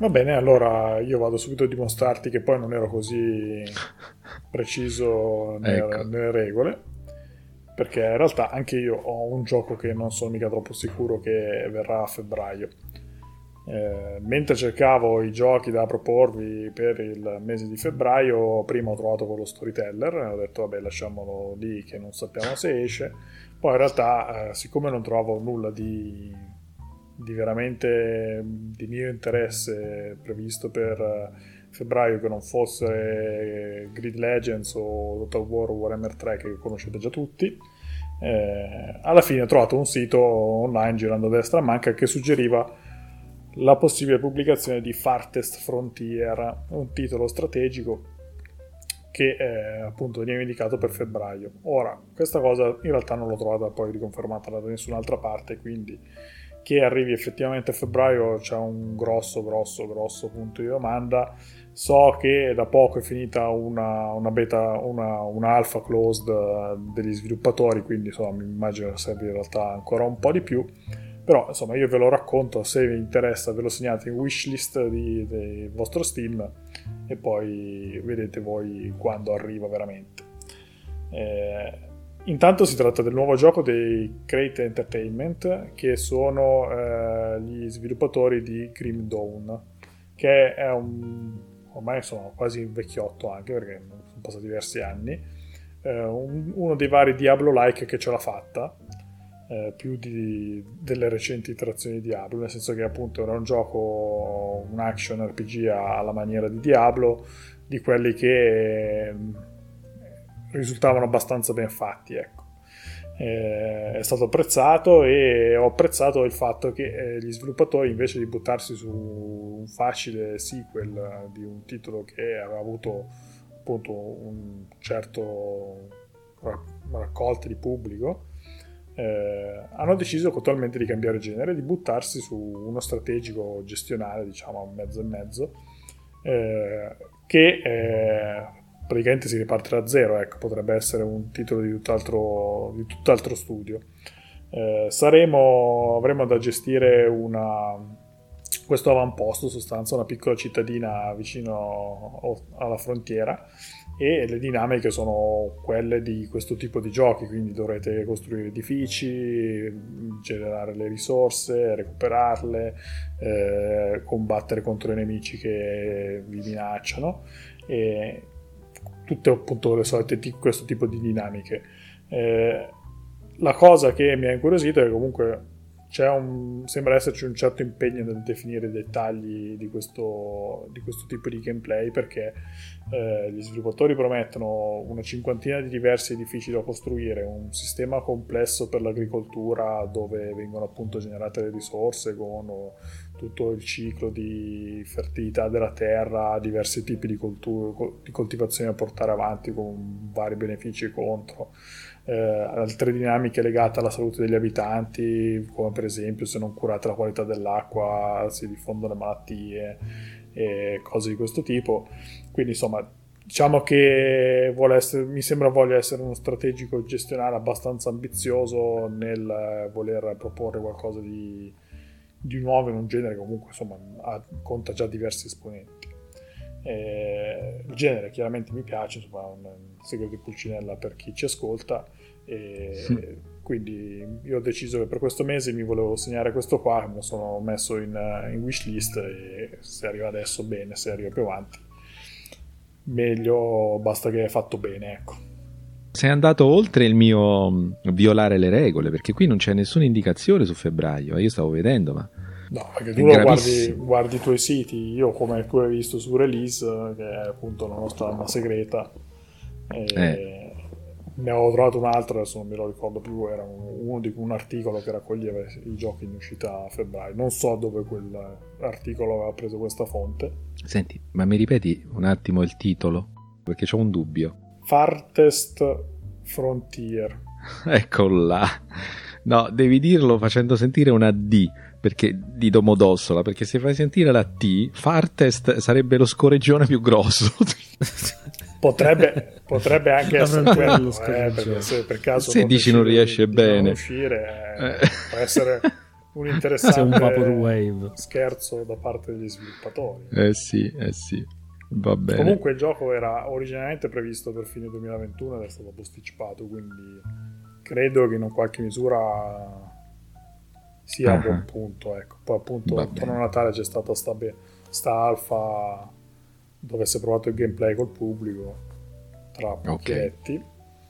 Va bene, allora io vado subito a dimostrarti che poi non ero così preciso nelle regole, perché in realtà anche io ho un gioco che non sono mica troppo sicuro che verrà a febbraio. Mentre cercavo i giochi da proporvi per il mese di febbraio, prima ho trovato quello Storyteller e ho detto vabbè, lasciamolo lì che non sappiamo se esce. Poi in realtà siccome non trovavo nulla di veramente di mio interesse previsto per febbraio che non fosse Grid Legends o Total War o Warhammer 3 che conoscete già tutti, alla fine ho trovato un sito online girando a destra a manca che suggeriva la possibile pubblicazione di Farthest Frontier, un titolo strategico che appunto veniva indicato per febbraio. Ora, questa cosa in realtà non l'ho trovata poi riconfermata da nessun'altra parte, quindi che arrivi effettivamente a febbraio c'è un grosso punto di domanda. So che da poco è finita una beta, una alpha closed degli sviluppatori, quindi insomma mi immagino che serve in realtà ancora un po' di più. Però insomma io ve lo racconto, se vi interessa ve lo segnate in wishlist del vostro Steam e poi vedete voi quando arriva veramente. Intanto si tratta del nuovo gioco dei Crate Entertainment, che sono gli sviluppatori di Grim Dawn, che è ormai sono quasi un vecchiotto anche perché sono passati diversi anni, uno dei vari Diablo-like che ce l'ha fatta. Più delle recenti iterazioni di Diablo, nel senso che appunto era un gioco, un action RPG alla maniera di Diablo, di quelli che risultavano abbastanza ben fatti, ecco. È stato apprezzato e ho apprezzato il fatto che gli sviluppatori, invece di buttarsi su un facile sequel di un titolo che aveva avuto appunto un certo raccolta di pubblico, hanno deciso totalmente di cambiare genere, di buttarsi su uno strategico gestionale, diciamo mezzo e mezzo, che praticamente si riparte da zero, ecco, potrebbe essere un titolo di tutt'altro studio. Avremo da gestire questo avamposto, in sostanza una piccola cittadina vicino alla frontiera, e le dinamiche sono quelle di questo tipo di giochi, quindi dovrete costruire edifici, generare le risorse, recuperarle, combattere contro i nemici che vi minacciano, e tutte appunto le solite questo tipo di dinamiche. La cosa che mi ha incuriosito è che comunque sembra esserci un certo impegno nel definire i dettagli di questo tipo di gameplay, perché gli sviluppatori promettono una cinquantina di diversi edifici da costruire, un sistema complesso per l'agricoltura dove vengono appunto generate le risorse con tutto il ciclo di fertilità della terra, diversi tipi di coltivazione da portare avanti con vari benefici e contro. Altre dinamiche legate alla salute degli abitanti, come per esempio se non curate la qualità dell'acqua si diffondono malattie e cose di questo tipo. Quindi insomma diciamo che mi sembra voglia essere uno strategico gestionale abbastanza ambizioso nel voler proporre qualcosa di nuovo in un genere che comunque insomma conta già diversi esponenti. Il genere chiaramente mi piace, insomma, un segreto di Pulcinella per chi ci ascolta, quindi io ho deciso che per questo mese mi volevo segnare questo qua, me lo sono messo in wishlist, e se arriva adesso bene, se arriva più avanti meglio, basta che è fatto bene, ecco. Sei andato oltre il mio violare le regole, perché qui non c'è nessuna indicazione su febbraio, io stavo vedendo, ma no, perché tu guardi i tuoi siti, io come tu hai visto su Release, che è appunto la nostra arma segreta, ne avevo trovato un altro, adesso non me lo ricordo più, era un articolo che raccoglieva i giochi in uscita a febbraio, non so dove quell'articolo aveva preso questa fonte. Senti, ma mi ripeti un attimo il titolo? Perché c'ho un dubbio. Farthest Frontier. Eccolo là. No, devi dirlo facendo sentire una D, perché di Domodossola, perché se fai sentire la T, Farthest sarebbe lo scoreggione più grosso. Potrebbe anche essere quello, perché se per caso se dici non riesce bene uscire, un C'è interessante un vaporwave. scherzo da parte degli sviluppatori. Sì, va bene. Comunque il gioco era originariamente previsto per fine 2021 ed è stato posticipato, quindi credo che in qualche misura sia a buon punto, ecco. Poi appunto intorno a Natale c'è stata sta alfa dove si è provato il gameplay col pubblico tra pacchetti.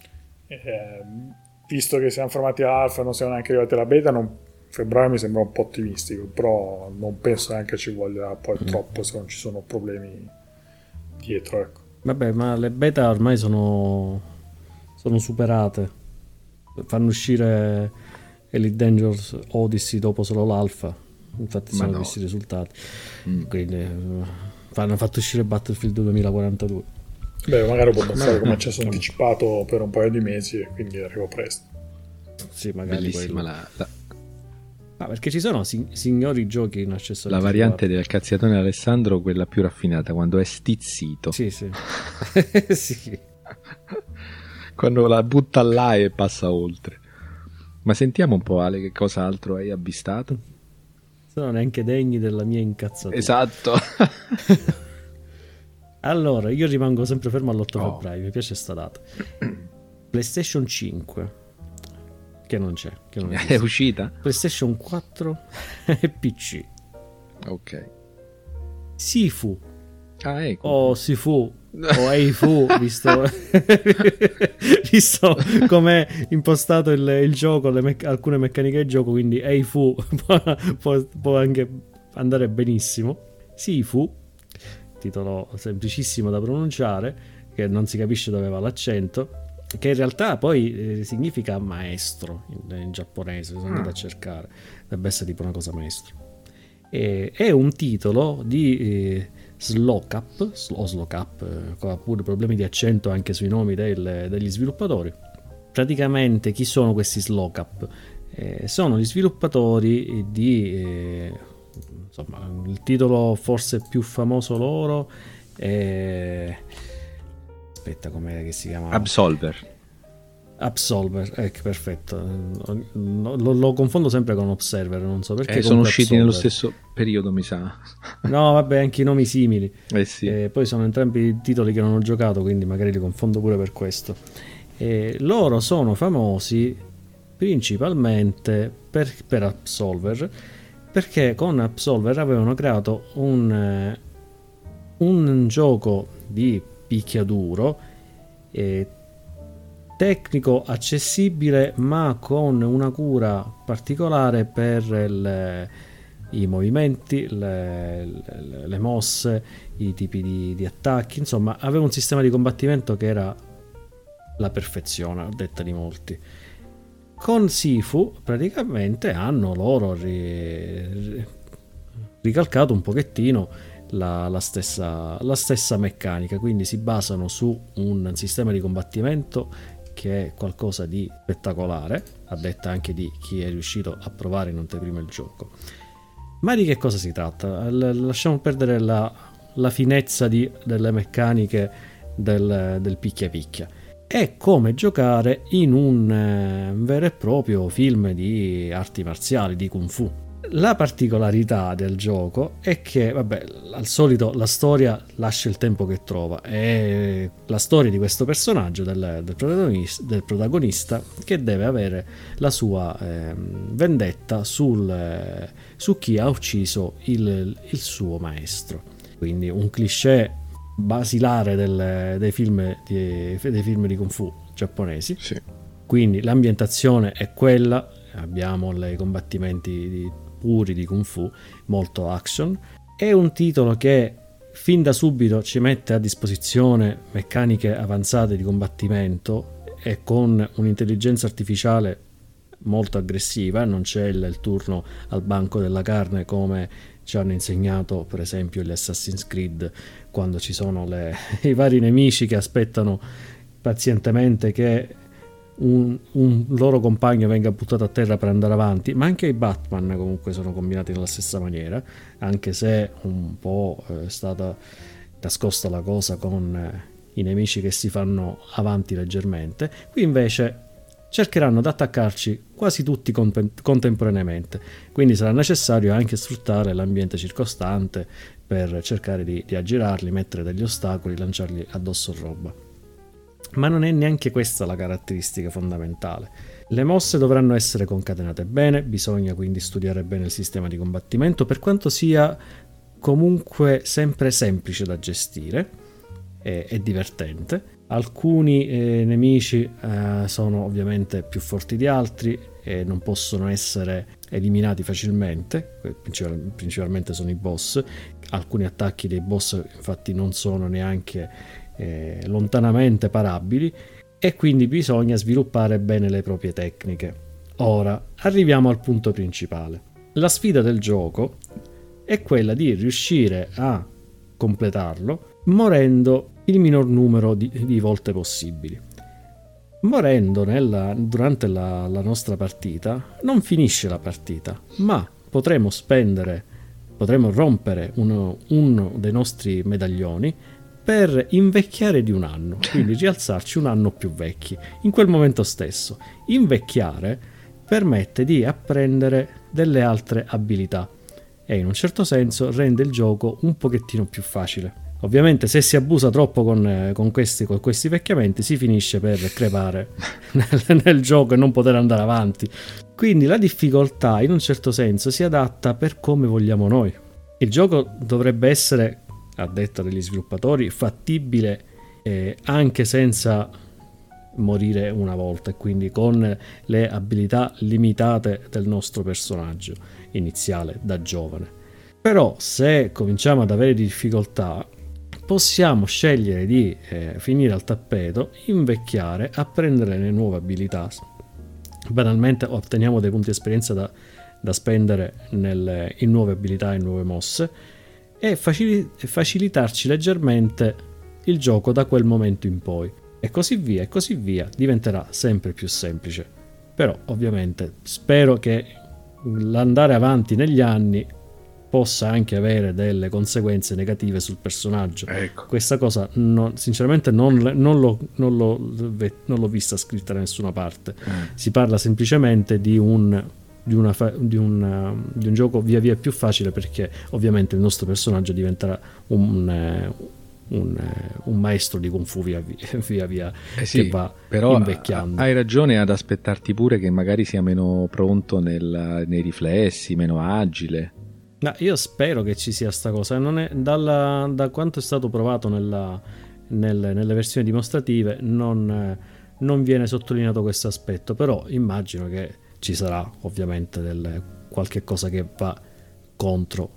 Visto che siamo fermati all'alfa e non siamo neanche arrivati alla beta, febbraio mi sembra un po' ottimistico, però non penso neanche ci voglia poi troppo se non ci sono problemi dietro, ecco. Vabbè, ma le beta ormai sono superate. Fanno uscire Elite Dangerous Odyssey dopo solo l'alfa, infatti sono visti i risultati. Quindi hanno fatto uscire Battlefield 2042. Beh, magari può pensare come accesso anticipato per un paio di mesi e quindi arrivo presto. Sì, magari bellissima perché ci sono signori giochi in accesso la variante del cazziatone Alessandro, quella più raffinata, quando è stizzito. Sì. Sì. Quando la butta là e passa oltre. Ma sentiamo un po', Ale, che cosa altro hai avvistato? Sono neanche degni della mia incazzatura. Esatto. Allora, io rimango sempre fermo all'8 febbraio, mi piace sta data. PlayStation 5, che non c'è. È uscita? PlayStation 4 e PC. Ok. Sifu. Ecco. O Sifu. O Eifu, visto com'è impostato il gioco, alcune meccaniche del gioco, quindi Eifu può anche andare benissimo. Sifu, titolo semplicissimo da pronunciare, che non si capisce dove va l'accento, che in realtà poi significa maestro in giapponese, sono andato a cercare, dovrebbe essere tipo una cosa maestro. È un titolo di Slowcap, ha pure problemi di accento anche sui nomi degli sviluppatori. Praticamente chi sono questi Slowcap? Sono gli sviluppatori di insomma, il titolo forse più famoso loro è... aspetta, com'è che si chiama? Absolver, ecco, perfetto. Lo confondo sempre con Observer, non so perché. Sono usciti nello stesso periodo, mi sa. No, vabbè, anche i nomi simili. Sì. Poi sono entrambi titoli che non ho giocato, quindi magari li confondo pure per questo. Loro sono famosi principalmente per Absolver, perché con Absolver avevano creato un gioco di picchiaduro tecnico, accessibile, ma con una cura particolare per i movimenti, le mosse, i tipi di attacchi. Insomma, aveva un sistema di combattimento che era la perfezione, a detta di molti. Con Sifu praticamente hanno loro ricalcato un pochettino la stessa meccanica, quindi si basano su un sistema di combattimento che è qualcosa di spettacolare, a detta anche di chi è riuscito a provare in anteprima il gioco. Ma di che cosa si tratta? Lasciamo perdere la finezza delle meccaniche del picchia picchia. È come giocare in un vero e proprio film di arti marziali, di Kung Fu. La particolarità del gioco è che, vabbè, al solito la storia lascia il tempo che trova. È la storia di questo personaggio, del protagonista, che deve avere la sua vendetta su chi ha ucciso il suo maestro. Quindi un cliché basilare dei film di Kung Fu giapponesi. Sì. Quindi l'ambientazione è quella, abbiamo i combattimenti puri di Kung Fu, molto action. È un titolo che fin da subito ci mette a disposizione meccaniche avanzate di combattimento e con un'intelligenza artificiale molto aggressiva. Non c'è il turno al banco della carne come ci hanno insegnato per esempio gli Assassin's Creed, quando ci sono i vari nemici che aspettano pazientemente che un loro compagno venga buttato a terra per andare avanti. Ma anche i Batman comunque sono combinati nella stessa maniera, anche se un po' è stata nascosta la cosa con i nemici che si fanno avanti leggermente. Qui invece cercheranno di attaccarci quasi tutti contemporaneamente, quindi sarà necessario anche sfruttare l'ambiente circostante per cercare di aggirarli, mettere degli ostacoli, lanciargli addosso roba. Ma non è neanche questa la caratteristica fondamentale. Le mosse dovranno essere concatenate bene, bisogna quindi studiare bene il sistema di combattimento, per quanto sia comunque sempre semplice da gestire e divertente. Alcuni nemici sono ovviamente più forti di altri e non possono essere eliminati facilmente, principalmente sono i boss. Alcuni attacchi dei boss infatti non sono neanche lontanamente parabili, e quindi bisogna sviluppare bene le proprie tecniche. Ora arriviamo al punto principale. La sfida del gioco è quella di riuscire a completarlo morendo il minor numero di volte possibili. Morendo durante la nostra partita non finisce la partita, ma potremo rompere uno dei nostri medaglioni per invecchiare di un anno, quindi rialzarci un anno più vecchi in quel momento stesso. Invecchiare permette di apprendere delle altre abilità e in un certo senso rende il gioco un pochettino più facile. Ovviamente se si abusa troppo con questi vecchiamenti si finisce per crepare nel gioco e non poter andare avanti. Quindi la difficoltà in un certo senso si adatta per come vogliamo noi. Il gioco dovrebbe essere, a detta degli sviluppatori, fattibile anche senza morire una volta, e quindi con le abilità limitate del nostro personaggio iniziale da giovane. Però se cominciamo ad avere difficoltà possiamo scegliere di finire al tappeto, invecchiare, apprendere le nuove abilità. Banalmente otteniamo dei punti esperienza da spendere in nuove abilità e nuove mosse, e facilitarci leggermente il gioco da quel momento in poi, e così via, diventerà sempre più semplice. Però ovviamente spero che l'andare avanti negli anni possa anche avere delle conseguenze negative sul personaggio. Ecco. Questa cosa sinceramente non l'ho vista scritta da nessuna parte. Si parla semplicemente di un gioco via via più facile, perché ovviamente il nostro personaggio diventerà un maestro di Kung Fu via via sì, che va però invecchiando. Hai ragione ad aspettarti pure che magari sia meno pronto nei riflessi, meno agile. No, io spero che ci sia sta cosa. Non è, da quanto è stato provato nelle versioni dimostrative non viene sottolineato questo aspetto, però immagino che ci sarà ovviamente qualche cosa che va contro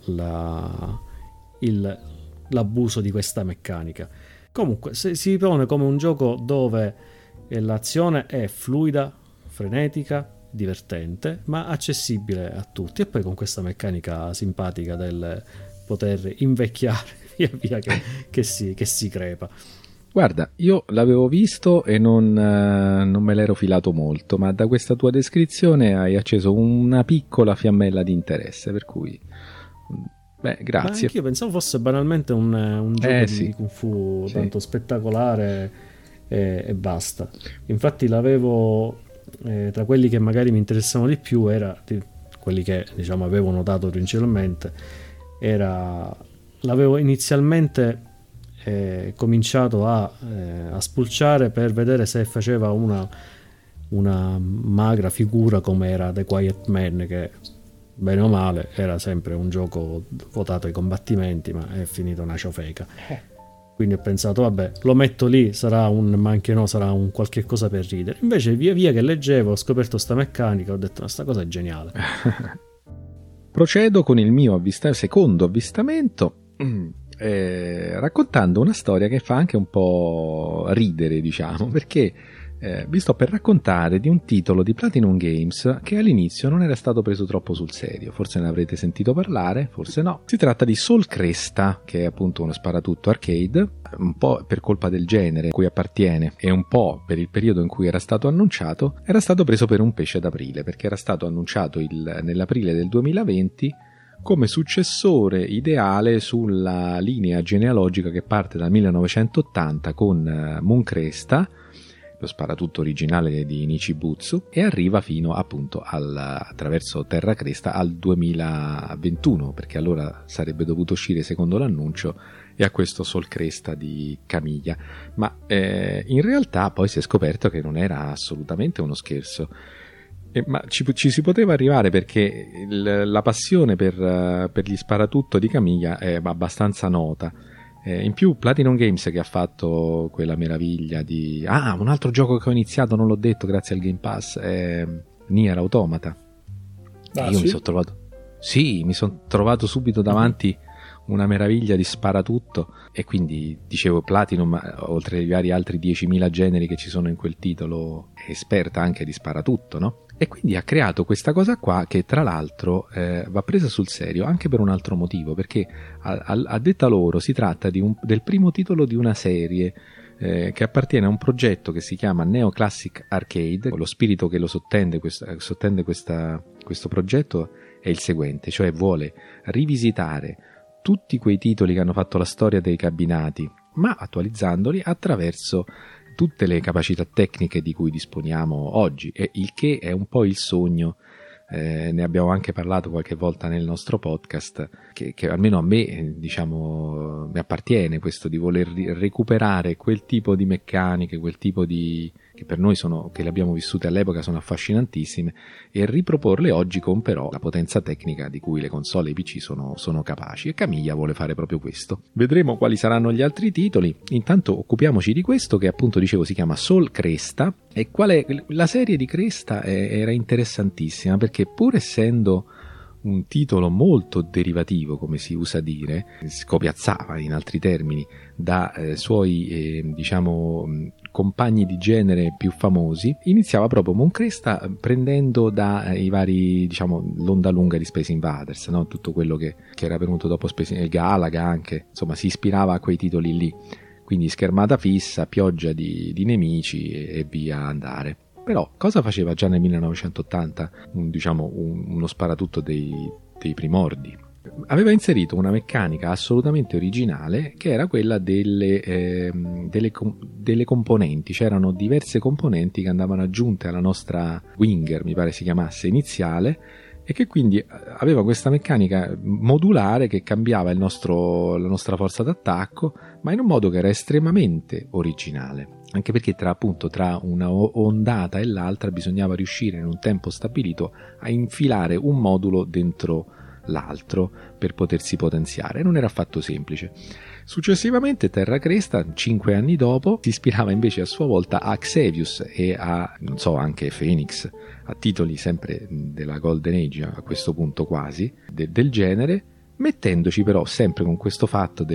l'abuso di questa meccanica. Comunque si pone come un gioco dove l'azione è fluida, frenetica, divertente, ma accessibile a tutti, e poi con questa meccanica simpatica del poter invecchiare via via che si crepa. Guarda, io l'avevo visto e non me l'ero filato molto, ma da questa tua descrizione hai acceso una piccola fiammella di interesse, per cui grazie. Ma anch'io pensavo fosse banalmente un gioco di Kung Fu tanto spettacolare e basta. Infatti l'avevo tra quelli che magari mi interessavano di più, quelli che diciamo avevo notato principalmente, l'avevo inizialmente cominciato a spulciare per vedere se faceva una magra figura come era The Quiet Man, che bene o male era sempre un gioco votato ai combattimenti, ma è finita una ciofeca. Quindi ho pensato, vabbè, lo metto lì, sarà un qualche cosa per ridere. Invece via via che leggevo ho scoperto sta meccanica, ho detto, ma sta cosa è geniale. Procedo con il mio secondo avvistamento, raccontando una storia che fa anche un po' ridere, diciamo, perché vi sto per raccontare di un titolo di Platinum Games che all'inizio non era stato preso troppo sul serio. Forse ne avrete sentito parlare, forse no. Si tratta di Sol Cresta, che è appunto uno sparatutto arcade, un po' per colpa del genere a cui appartiene e un po' per il periodo in cui era stato annunciato. Era stato preso per un pesce d'aprile, perché era stato annunciato nell'aprile del 2020 come successore ideale sulla linea genealogica che parte dal 1980 con Moon Cresta, lo sparatutto originale di Nichibutsu, e arriva fino appunto attraverso Terra Cresta al 2021, perché allora sarebbe dovuto uscire secondo l'annuncio, e a questo Sol Cresta di Kamiya. Ma in realtà poi si è scoperto che non era assolutamente uno scherzo. Ma ci si poteva arrivare perché la passione per gli sparatutto di Kamiya è abbastanza nota. In più Platinum Games, che ha fatto quella meraviglia di... un altro gioco che ho iniziato, non l'ho detto, grazie al Game Pass, è Nier Automata. Io sì? mi sono trovato subito davanti una meraviglia di sparatutto, e quindi dicevo, Platinum, oltre ai vari altri 10.000 generi che ci sono in quel titolo, è esperta anche di sparatutto, no? E quindi ha creato questa cosa qua, che tra l'altro va presa sul serio anche per un altro motivo, perché a detta loro si tratta del primo titolo di una serie che appartiene a un progetto che si chiama Neo Classic Arcade. Lo spirito che lo sottende questo progetto è il seguente, cioè vuole rivisitare tutti quei titoli che hanno fatto la storia dei cabinati, ma attualizzandoli attraverso tutte le capacità tecniche di cui disponiamo oggi, e il che è un po' il sogno. Ne abbiamo anche parlato qualche volta nel nostro podcast, che almeno a me diciamo mi appartiene, questo di voler recuperare quel tipo di meccaniche, quel tipo di... che per noi che le abbiamo vissute all'epoca sono affascinantissime, e riproporle oggi con però la potenza tecnica di cui le console e i PC sono capaci, e Kamiya vuole fare proprio questo. Vedremo quali saranno gli altri titoli. Intanto occupiamoci di questo, che appunto dicevo si chiama Sol Cresta. E la serie di Cresta era interessantissima, perché pur essendo un titolo molto derivativo, come si usa dire, scopiazzava in altri termini da suoi compagni di genere più famosi, iniziava proprio Mon Cresta prendendo dai vari, l'onda lunga di Space Invaders, no? Tutto quello che era venuto dopo il Galaga anche, insomma si ispirava a quei titoli lì, quindi schermata fissa, pioggia di nemici e via andare. Però cosa faceva già nel 1980 uno sparatutto dei primordi? Aveva inserito una meccanica assolutamente originale, che era quella delle componenti. C'erano diverse componenti che andavano aggiunte alla nostra Winger, mi pare si chiamasse, iniziale, e che quindi aveva questa meccanica modulare che cambiava la nostra forza d'attacco, ma in un modo che era estremamente originale, anche perché tra una ondata e l'altra bisognava riuscire in un tempo stabilito a infilare un modulo dentro l'altro per potersi potenziare. Non era affatto semplice. Successivamente Terra Cresta, 5 anni dopo, si ispirava invece a sua volta a Xevious e anche Phoenix, a titoli sempre della Golden Age a questo punto quasi, del genere, mettendoci però sempre con questo fatto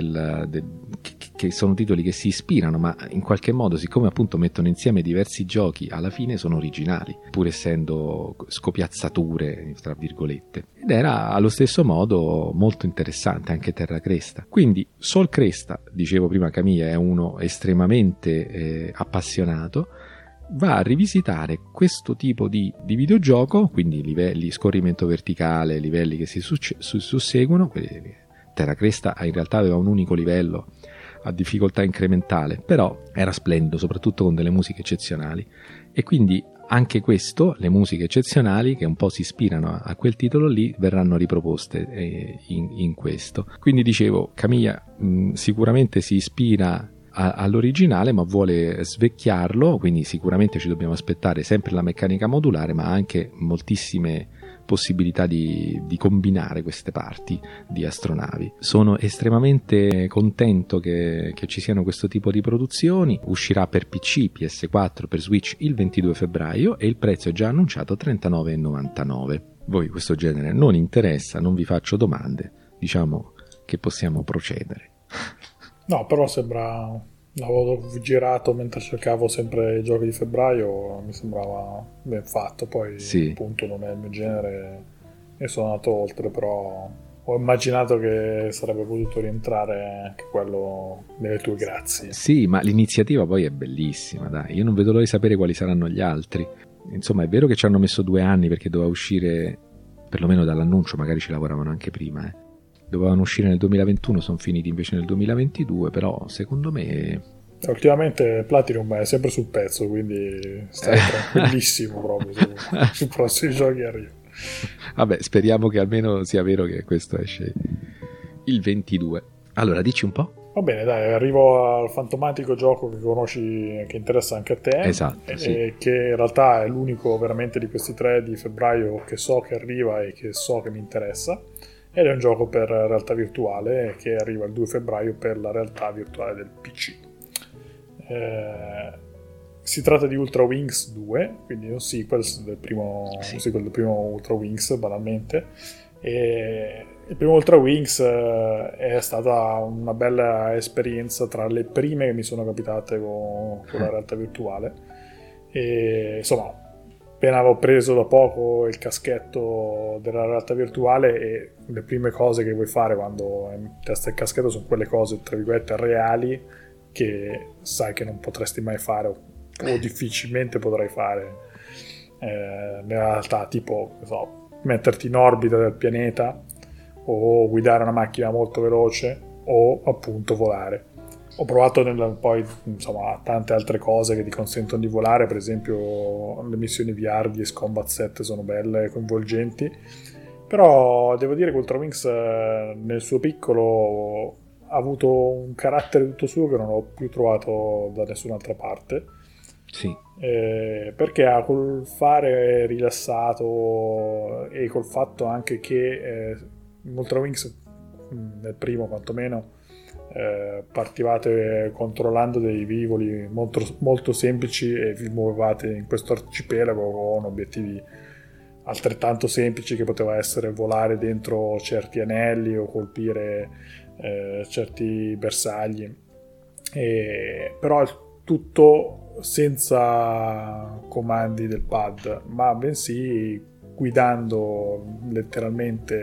che sono titoli che si ispirano, ma in qualche modo, siccome appunto mettono insieme diversi giochi, alla fine sono originali, pur essendo scopiazzature tra virgolette. Ed era allo stesso modo molto interessante anche Terra Cresta. Quindi Sol Cresta, dicevo prima, Kamiya è uno estremamente appassionato, va a rivisitare questo tipo di videogioco, quindi livelli, scorrimento verticale, livelli che si susseguono. Terra Cresta in realtà aveva un unico livello a difficoltà incrementale, però era splendido, soprattutto con delle musiche eccezionali, e quindi anche questo, le musiche eccezionali che un po' si ispirano a quel titolo lì, verranno riproposte in questo. Quindi dicevo, Kamiya sicuramente si ispira all'originale, ma vuole svecchiarlo, quindi sicuramente ci dobbiamo aspettare sempre la meccanica modulare, ma anche moltissime possibilità di combinare queste parti di astronavi. Sono estremamente contento che ci siano questo tipo di produzioni. Uscirà per PC, PS4, per Switch il 22 febbraio e il prezzo è già annunciato $39,99. Voi questo genere non interessa, non vi faccio domande, diciamo che possiamo procedere. No, però sembra... L'avevo girato mentre cercavo sempre i giochi di febbraio, mi sembrava ben fatto, poi sì, appunto non è il mio genere e sono andato oltre, però ho immaginato che sarebbe potuto rientrare anche quello nelle tue grazie. Sì, ma l'iniziativa poi è bellissima, dai, io non vedo l'ora di sapere quali saranno gli altri. Insomma, è vero che ci hanno messo 2 anni perché doveva uscire, perlomeno dall'annuncio, magari ci lavoravano anche prima, dovevano uscire nel 2021, sono finiti invece nel 2022, però secondo me Ultimamente Platinum è sempre sul pezzo, quindi stai tranquillissimo proprio sui prossimi giochi arrivano. Vabbè, speriamo che almeno sia vero che questo esce il 22. Allora, dici un po'. Va bene, dai, arrivo al fantomatico gioco che conosci, che interessa anche a te. Esatto, sì. Che in realtà è l'unico veramente di questi 3 di febbraio che so che arriva e che so che mi interessa. Ed è un gioco per realtà virtuale che arriva il 2 febbraio per la realtà virtuale del PC. Si tratta di Ultra Wings 2, quindi un sequel del primo Ultra Wings, banalmente. E il primo Ultra Wings è stata una bella esperienza, tra le prime che mi sono capitate con la realtà virtuale. E insomma, appena avevo preso da poco il caschetto della realtà virtuale, e le prime cose che vuoi fare quando testa il caschetto sono quelle cose tra virgolette reali che sai che non potresti mai fare o difficilmente potrai fare nella realtà, tipo metterti in orbita del pianeta o guidare una macchina molto veloce o appunto volare. Ho provato poi insomma tante altre cose che ti consentono di volare, per esempio le missioni VR di Ace Combat 7 sono belle e coinvolgenti, però devo dire che Ultra Wings nel suo piccolo ha avuto un carattere tutto suo che non ho più trovato da nessun'altra parte. Sì. Perché ha col fare rilassato e col fatto anche che in Ultra Wings nel primo quantomeno partivate controllando dei velivoli molto, molto semplici e vi muovevate in questo arcipelago con obiettivi altrettanto semplici, che poteva essere volare dentro certi anelli o colpire certi bersagli, però tutto senza comandi del pad, ma bensì guidando letteralmente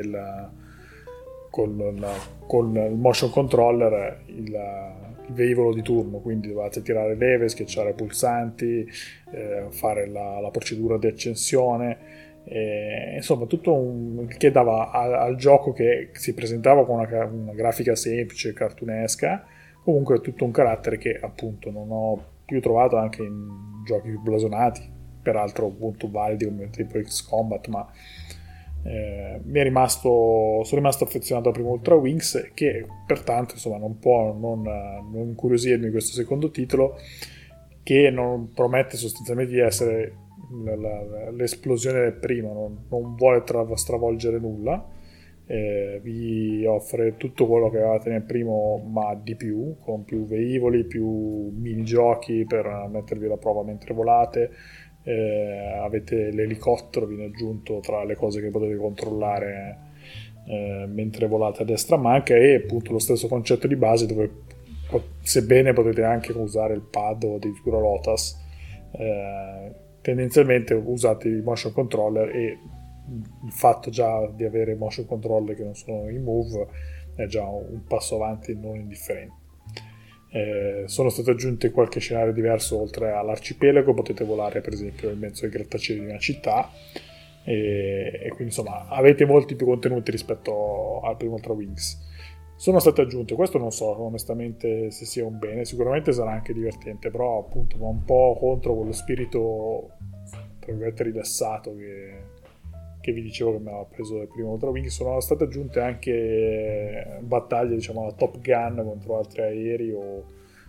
con il motion controller il velivolo di turno. Quindi dovete tirare leve, schiacciare pulsanti, fare la procedura di accensione, insomma tutto che dava al gioco, che si presentava con una grafica semplice, cartunesca, comunque tutto un carattere che appunto non ho più trovato anche in giochi più blasonati, peraltro appunto validi come tipo X Combat, ma sono rimasto affezionato al primo Ultra Wings, che pertanto insomma non può non incuriosirmi questo secondo titolo, che non promette sostanzialmente di essere l'esplosione del primo, non vuole stravolgere nulla, vi offre tutto quello che avevate nel primo ma di più, con più velivoli, più minigiochi per mettervi alla prova mentre volate. Avete l'elicottero, viene aggiunto tra le cose che potete controllare mentre volate a destra manca, e appunto lo stesso concetto di base, dove sebbene potete anche usare il pad o addirittura Lotus, tendenzialmente usate il motion controller, e il fatto già di avere motion controller che non sono in Move è già un passo avanti non indifferente. Sono state aggiunte qualche scenario diverso oltre all'arcipelago, potete volare per esempio in mezzo ai grattacieli di una città, e quindi insomma avete molti più contenuti rispetto al primo Ultra Wings. Sono state aggiunte, questo non so onestamente se sia un bene, sicuramente sarà anche divertente, però appunto va un po' contro quello spirito tra virgolette rilassato che vi dicevo che mi aveva preso dal primo Ultra Wings. Sono state aggiunte anche battaglie, diciamo, alla Top Gun contro altri aerei, o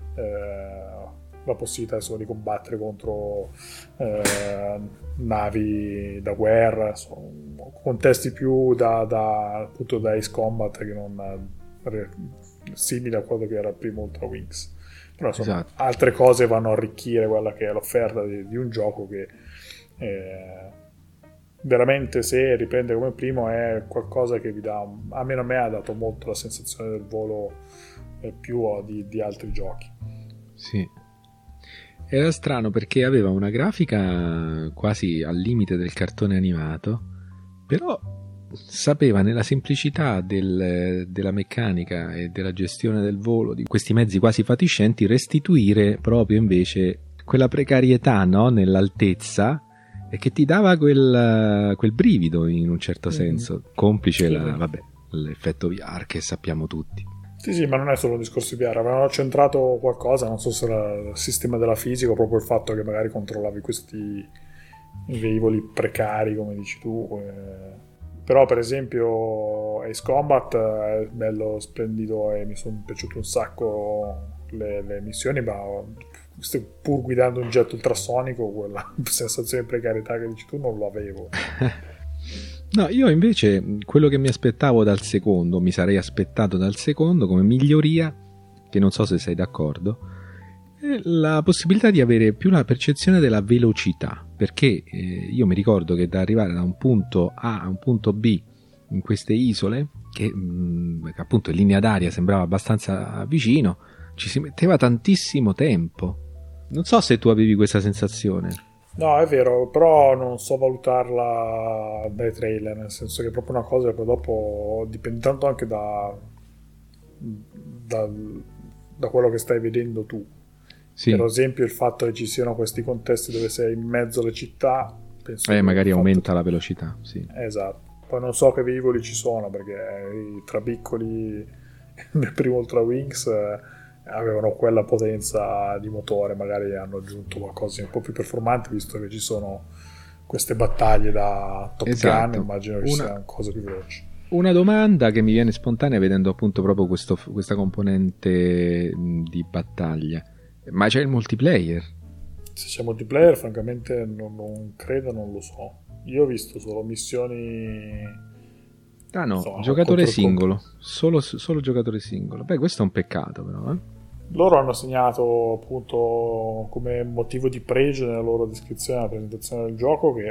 la possibilità insomma di combattere contro navi da guerra, insomma, contesti più appunto da Ace Combat che non simile a quello che era il primo Ultra Wings. Però insomma, esatto, altre cose vanno a arricchire quella che è l'offerta di un gioco che veramente, se riprende come primo, è qualcosa che vi dà, almeno a me ha dato molto la sensazione del volo più di altri giochi. Sì, era strano perché aveva una grafica quasi al limite del cartone animato, però sapeva, nella semplicità della meccanica e della gestione del volo di questi mezzi quasi fatiscenti, restituire proprio invece quella precarietà, no? Nell'altezza, e che ti dava quel brivido in un certo senso, complice l'effetto VR che sappiamo tutti. Sì, ma non è solo un discorso di VR, avevano centrato qualcosa, non so se era il sistema della fisica o proprio il fatto che magari controllavi questi velivoli precari, come dici tu. Però per esempio Ace Combat è bello, splendido e mi sono piaciute un sacco le missioni, ma pur guidando un jet ultrasonico quella sensazione di precarietà che dici tu non lo avevo. No, io invece quello che mi aspettavo dal secondo, mi sarei aspettato dal secondo come miglioria, che non so se sei d'accordo, è la possibilità di avere più la percezione della velocità, perché io mi ricordo che da arrivare da un punto A a un punto B in queste isole, che appunto in linea d'aria sembrava abbastanza vicino, ci si metteva tantissimo tempo. Non so se tu avevi questa sensazione. No, è vero, però non so valutarla dai trailer, nel senso che è proprio una cosa che poi dopo dipende tanto anche da quello che stai vedendo tu. Sì. Per esempio il fatto che ci siano questi contesti dove sei in mezzo alle città, penso magari aumenta la velocità, sì. Esatto. Poi non so che velivoli ci sono, perché i trabiccoli nel primo Ultra Wings avevano quella potenza di motore, magari hanno aggiunto qualcosa di un po' più performante, visto che ci sono queste battaglie da Top Gun, immagino che siano cose più veloci. Una domanda che mi viene spontanea vedendo appunto proprio questa componente di battaglia: ma c'è il multiplayer? Se c'è multiplayer francamente non credo, non lo so. Io ho visto solo missioni... Ah no, giocatore singolo, solo giocatore singolo. Beh, questo è un peccato però, Loro hanno segnato appunto come motivo di pregio nella loro descrizione della presentazione del gioco che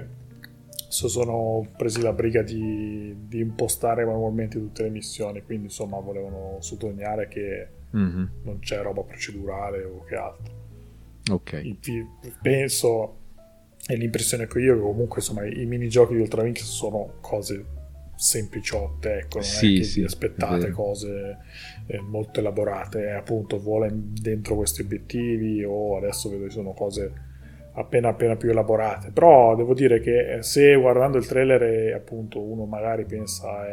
sono presi la briga di impostare manualmente tutte le missioni, quindi insomma volevano sottolineare che non c'è roba procedurale o che altro. Ok. Penso, e l'impressione che io, che comunque insomma i minigiochi di Ultra Wings sono cose sempliciotte, ecco, non è che vi aspettate cose molto elaborate, appunto vuole dentro questi obiettivi o adesso vedo che sono cose appena più elaborate, però devo dire che se guardando il trailer appunto uno magari pensa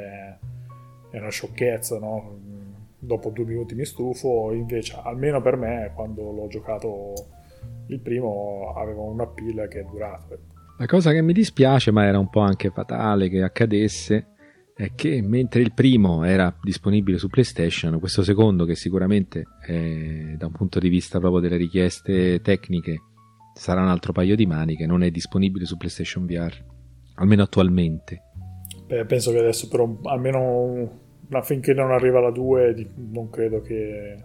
è una sciocchezza, no? Dopo 2 minuti mi stufo, invece almeno per me quando l'ho giocato il primo aveva un appeal che è durato. La cosa che mi dispiace, ma era un po' anche fatale che accadesse, è che mentre il primo era disponibile su PlayStation, questo secondo, che sicuramente da un punto di vista proprio delle richieste tecniche sarà un altro paio di maniche, non è disponibile su PlayStation VR, almeno attualmente. Beh, penso che adesso però almeno finché non arriva la 2 non credo che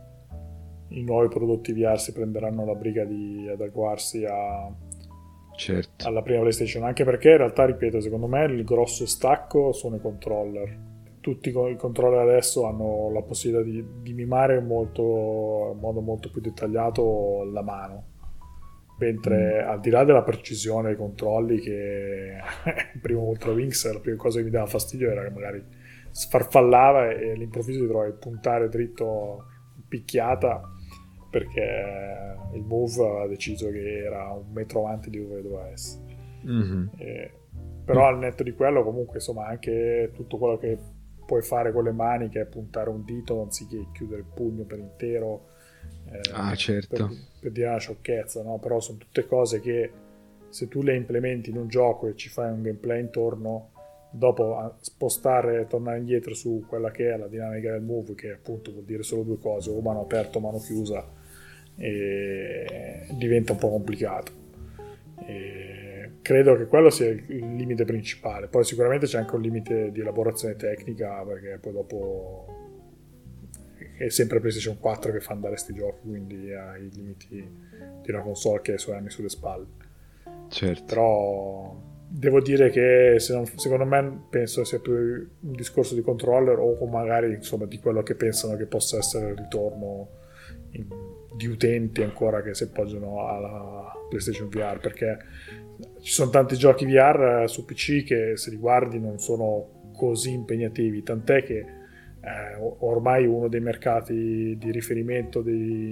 i nuovi prodotti VR si prenderanno la briga di adeguarsi alla prima PlayStation, anche perché in realtà, ripeto, secondo me il grosso stacco sono i controller. Tutti i controller adesso hanno la possibilità di mimare in modo molto più dettagliato la mano, mentre al di là della precisione dei controlli, che il primo Ultra Wings la prima cosa che mi dava fastidio era che magari sfarfallava e all'improvviso ti trovavi puntare dritto picchiata perché il Move ha deciso che era 1 metro avanti di dove doveva essere. Però al netto di quello comunque insomma anche tutto quello che puoi fare con le mani, che è puntare un dito anziché chiudere il pugno per intero, certo, per dire una sciocchezza, no? Però sono tutte cose che se tu le implementi in un gioco e ci fai un gameplay intorno, dopo a spostare e tornare indietro su quella che è la dinamica del move, che appunto vuol dire solo 2 cose, o mano aperta o mano chiusa, e diventa un po' complicato. E credo che quello sia il limite principale. Poi sicuramente c'è anche un limite di elaborazione tecnica, perché poi dopo è sempre PlayStation 4 che fa andare sti giochi, quindi ha i limiti di una console che ha i suoi anni sulle spalle. Certo. Però devo dire che secondo me penso sia più un discorso di controller o magari insomma di quello che pensano che possa essere il ritorno di utenti ancora che si appoggiano alla PlayStation VR, perché ci sono tanti giochi VR su PC che se li guardi non sono così impegnativi, tant'è che ormai uno dei mercati di riferimento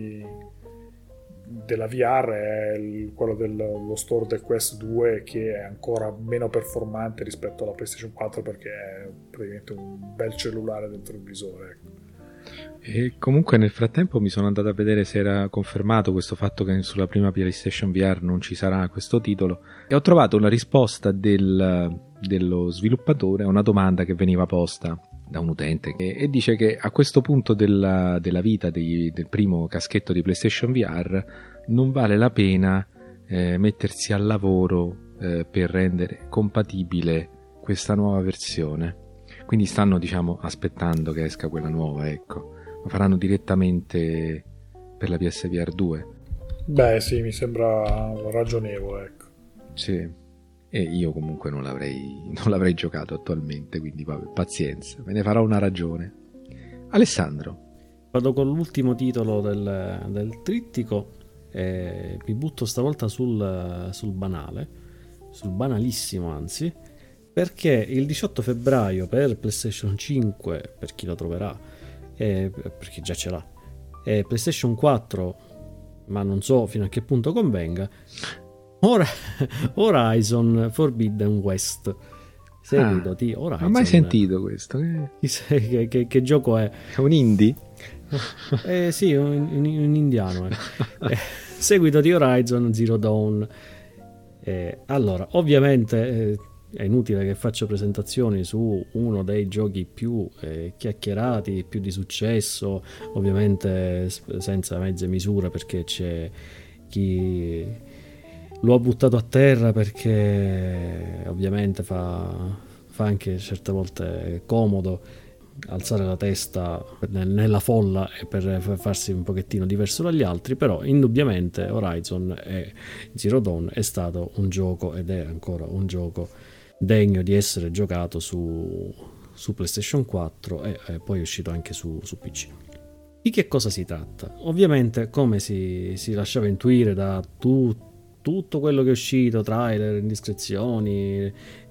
della VR è quello dello store del Quest 2, che è ancora meno performante rispetto alla PlayStation 4 perché è praticamente un bel cellulare dentro il visore, ecco. E comunque nel frattempo mi sono andato a vedere se era confermato questo fatto che sulla prima PlayStation VR non ci sarà questo titolo, e ho trovato una risposta dello sviluppatore a una domanda che veniva posta da un utente, e dice che a questo punto della vita del primo caschetto di PlayStation VR non vale la pena mettersi al lavoro per rendere compatibile questa nuova versione, quindi stanno, diciamo, aspettando che esca quella nuova, ecco. Lo faranno direttamente per la PSVR 2. Beh sì, mi sembra ragionevole, ecco. Sì, e io comunque non l'avrei giocato attualmente, quindi vabbè, pazienza, me ne farò una ragione. Alessandro, vado con l'ultimo titolo del trittico e mi butto stavolta sul banale, sul banalissimo anzi, perché il 18 febbraio per PlayStation 5, per chi la troverà, perché già ce l'ha, e PlayStation 4, ma non so fino a che punto convenga, Horizon Forbidden West, seguito di Horizon. Non ho mai sentito questo. Che gioco è? È un indie? Sì, un indiano. Seguito di Horizon Zero Dawn. Allora, ovviamente è inutile che faccia presentazioni su uno dei giochi più chiacchierati, più di successo, ovviamente senza mezze misure, perché c'è chi lo ha buttato a terra, perché ovviamente fa anche certe volte comodo alzare la testa nella folla e per farsi un pochettino diverso dagli altri, però indubbiamente Horizon e Zero Dawn è stato un gioco, ed è ancora un gioco degno di essere giocato su PlayStation 4 e poi è uscito anche su PC. Di che cosa si tratta? Ovviamente, come si lasciava intuire da tutto quello che è uscito, trailer, indiscrezioni,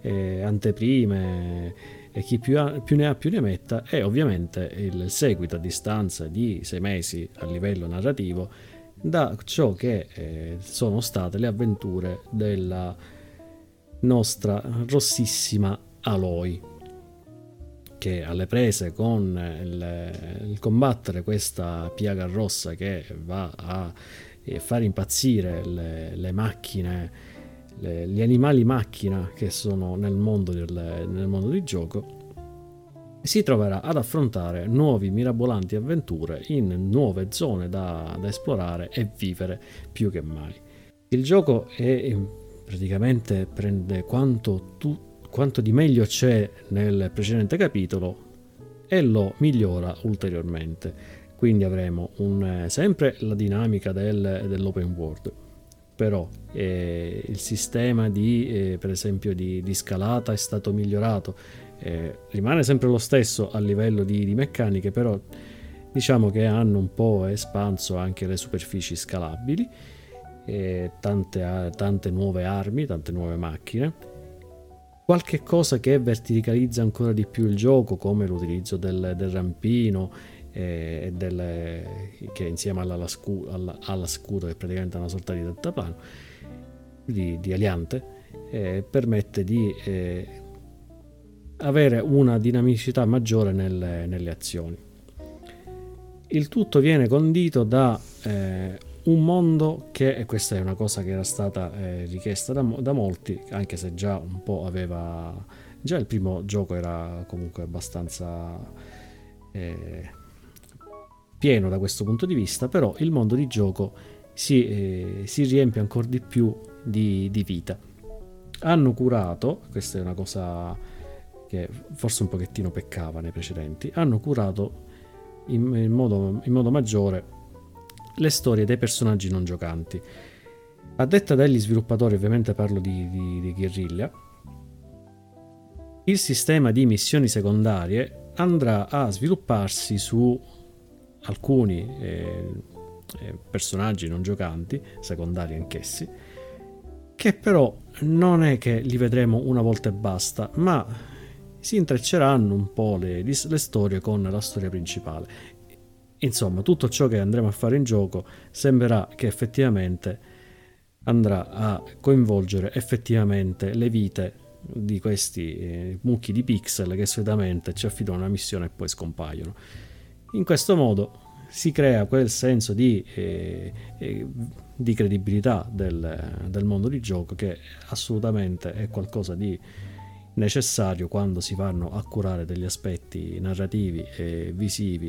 anteprime, e chi più ne ha più ne metta, è ovviamente il seguito a distanza di 6 mesi a livello narrativo da ciò che sono state le avventure della nostra rossissima Aloy, che alle prese con il combattere questa piaga rossa che va a far impazzire le macchine, gli animali macchina che sono nel mondo di gioco, si troverà ad affrontare nuovi mirabolanti avventure in nuove zone da esplorare e vivere più che mai. Il gioco praticamente prende quanto di meglio c'è nel precedente capitolo e lo migliora ulteriormente. Quindi avremo sempre la dinamica dell'open world, però il sistema per esempio di scalata è stato migliorato, rimane sempre lo stesso a livello di meccaniche, però diciamo che hanno un po' espanso anche le superfici scalabili, tante nuove armi, tante nuove macchine, qualche cosa che verticalizza ancora di più il gioco, come l'utilizzo del rampino, che insieme alla scudo, che praticamente è una sorta di deltaplano di aliante, permette di avere una dinamicità maggiore nelle azioni. Il tutto viene condito da un mondo che, e questa è una cosa che era stata richiesta da molti, anche se già un po' già il primo gioco era comunque abbastanza pieno da questo punto di vista, però il mondo di gioco si riempie ancora di più di vita. Hanno curato, questa è una cosa che forse un pochettino peccava nei precedenti, hanno curato in modo maggiore le storie dei personaggi non giocanti. A detta degli sviluppatori, ovviamente parlo di Guerrilla, il sistema di missioni secondarie andrà a svilupparsi su alcuni personaggi non giocanti, secondari anch'essi, che però non è che li vedremo una volta e basta, ma si intrecceranno un po' le storie con la storia principale. Insomma, tutto ciò che andremo a fare in gioco sembrerà che effettivamente andrà a coinvolgere effettivamente le vite di questi mucchi di pixel che solitamente ci affidano una missione e poi scompaiono. In questo modo si crea quel senso di credibilità del mondo di gioco, che assolutamente è qualcosa di necessario quando si vanno a curare degli aspetti narrativi e visivi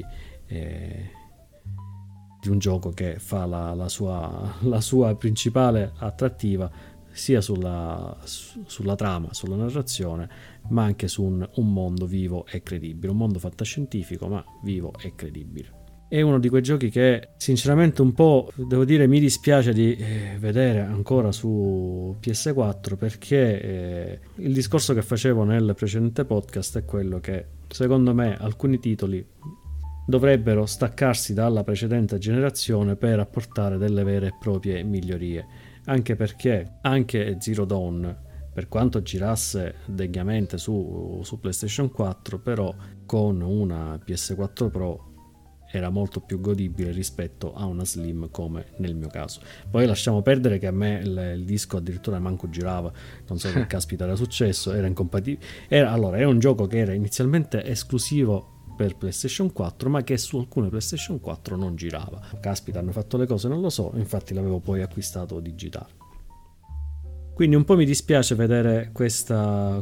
di un gioco che fa la sua principale attrattiva sia sulla trama, sulla narrazione, ma anche su un mondo vivo e credibile, un mondo fantascientifico ma vivo e credibile. È uno di quei giochi che sinceramente un po', devo dire, mi dispiace di vedere ancora su PS4, perché il discorso che facevo nel precedente podcast è quello che secondo me alcuni titoli dovrebbero staccarsi dalla precedente generazione per apportare delle vere e proprie migliorie, anche perché anche Zero Dawn, per quanto girasse degnamente su PlayStation 4, però con una PS4 Pro era molto più godibile rispetto a una Slim come nel mio caso. Poi lasciamo perdere che a me il disco addirittura manco girava, non so che caspita era successo, era incompatibile. Allora, è un gioco che era inizialmente esclusivo per PlayStation 4, ma che su alcune PlayStation 4 non girava. Caspita, hanno fatto le cose, non lo so, infatti l'avevo poi acquistato digitale. Quindi un po' mi dispiace vedere questa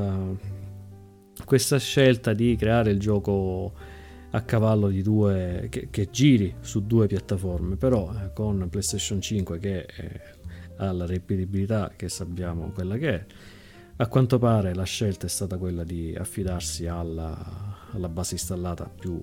scelta di creare il gioco a cavallo di due, che giri su due piattaforme, però con PlayStation 5 che ha la reperibilità che sappiamo quella che è. A quanto pare la scelta è stata quella di affidarsi alla base installata più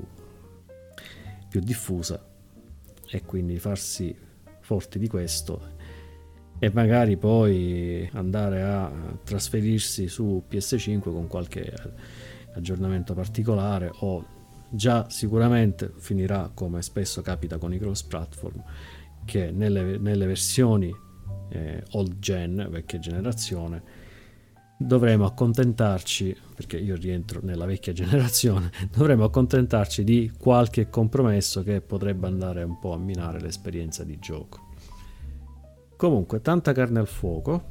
diffusa, e quindi farsi forti di questo, e magari poi andare a trasferirsi su PS5 con qualche aggiornamento particolare, o già sicuramente finirà, come spesso capita con i cross platform, che nelle versioni old gen, vecchia generazione, dovremo accontentarci, perché io rientro nella vecchia generazione, dovremo accontentarci di qualche compromesso che potrebbe andare un po' a minare l'esperienza di gioco. Comunque, tanta carne al fuoco,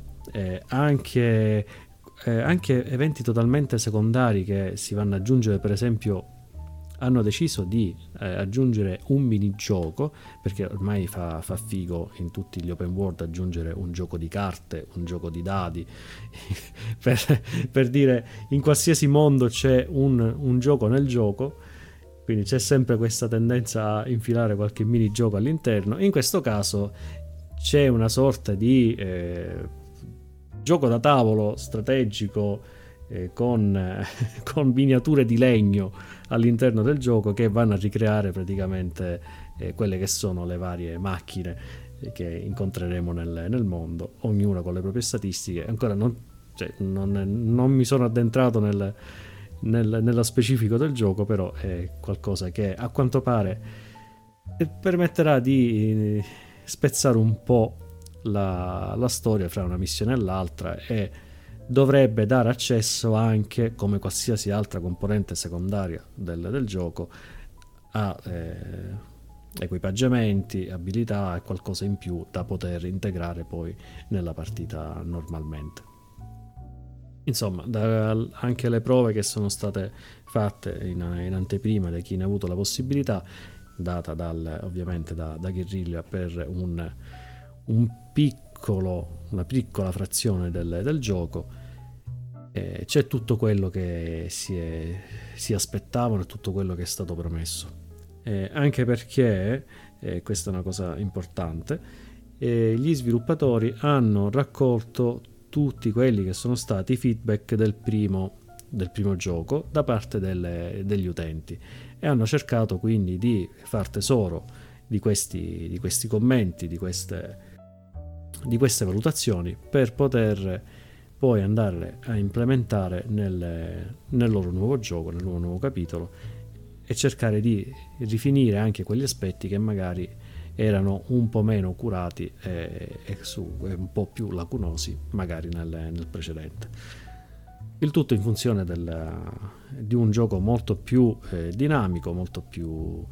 anche eventi totalmente secondari che si vanno ad aggiungere. Per esempio, hanno deciso di aggiungere un minigioco, perché ormai fa figo in tutti gli open world aggiungere un gioco di carte, un gioco di dadi, per dire, in qualsiasi mondo c'è un gioco nel gioco, quindi c'è sempre questa tendenza a infilare qualche minigioco all'interno. In questo caso c'è una sorta di gioco da tavolo strategico con miniature di legno all'interno del gioco, che vanno a ricreare praticamente quelle che sono le varie macchine che incontreremo nel mondo, ognuna con le proprie statistiche. Ancora non mi sono addentrato nello specifico del gioco, però è qualcosa che a quanto pare permetterà di spezzare un po' la storia fra una missione e l'altra, e dovrebbe dare accesso anche, come qualsiasi altra componente secondaria del gioco, a equipaggiamenti, abilità e qualcosa in più da poter integrare poi nella partita normalmente. Insomma, anche le prove che sono state fatte in anteprima da chi ne ha avuto la possibilità, data ovviamente da Guerrilla per una piccola frazione del gioco, c'è tutto quello che si aspettavano e tutto quello che è stato promesso, anche perché questa è una cosa importante, gli sviluppatori hanno raccolto tutti quelli che sono stati i feedback del primo gioco da parte degli utenti, e hanno cercato quindi di far tesoro di questi commenti, di queste valutazioni, per poter poi andare a implementare nel loro nuovo gioco, nel loro nuovo capitolo, e cercare di rifinire anche quegli aspetti che magari erano un po' meno curati e un po' più lacunosi magari nel precedente. Il tutto in funzione di un gioco molto più dinamico, molto più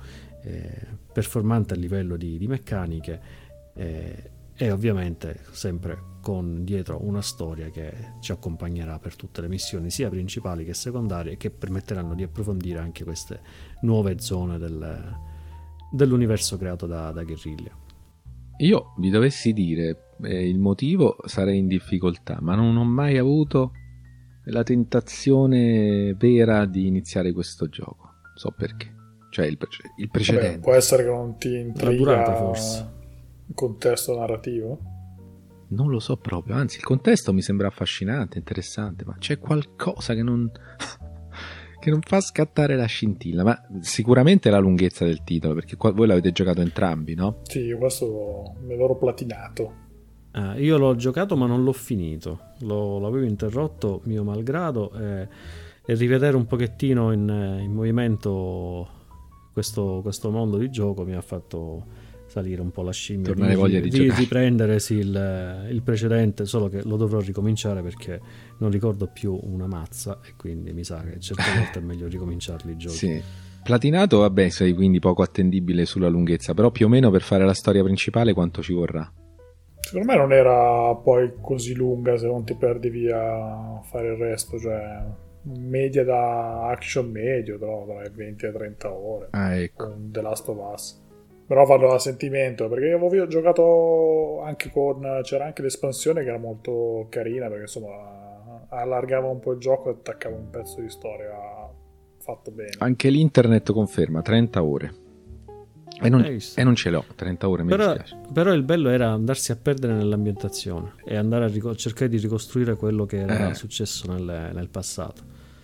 performante a livello di meccaniche, e ovviamente sempre con dietro una storia che ci accompagnerà per tutte le missioni, sia principali che secondarie, che permetteranno di approfondire anche queste nuove zone dell'universo creato da Guerriglia. Io vi dovessi dire il motivo, sarei in difficoltà, ma non ho mai avuto la tentazione vera di iniziare questo gioco. Non so perché. Cioè il precedente. Vabbè, può essere che non ti intriga la durata, forse. Il contesto narrativo? Non lo so proprio, anzi il contesto mi sembra affascinante, interessante, ma c'è qualcosa che non fa scattare la scintilla, ma sicuramente la lunghezza del titolo, perché voi l'avete giocato entrambi, no? Sì, questo me l'ho platinato. Io l'ho giocato ma non l'ho finito, l'avevo interrotto mio malgrado, e rivedere un pochettino in movimento questo mondo di gioco mi ha fatto salire un po' la scimmia, tornare voglia di giocare, riprendersi il precedente, solo che lo dovrò ricominciare perché non ricordo più una mazza, e quindi mi sa che certe volte è meglio ricominciarli i giochi. Sì. Platinato, vabbè, sei quindi poco attendibile sulla lunghezza, però più o meno per fare la storia principale quanto ci vorrà? Secondo me non era poi così lunga se non ti perdi via a fare il resto, cioè media da action medio, tra le 20 e 30 ore. Ah, ecco. Con The Last of Us. Però farlo a sentimento, perché io avevo giocato anche c'era anche l'espansione che era molto carina, perché insomma allargava un po' il gioco e attaccava un pezzo di storia fatto bene. Anche l'internet conferma 30 ore. E non ce l'ho, 30 ore mi dispiace. Però il bello era andarsi a perdere nell'ambientazione e andare a cercare di ricostruire quello che era successo nel passato.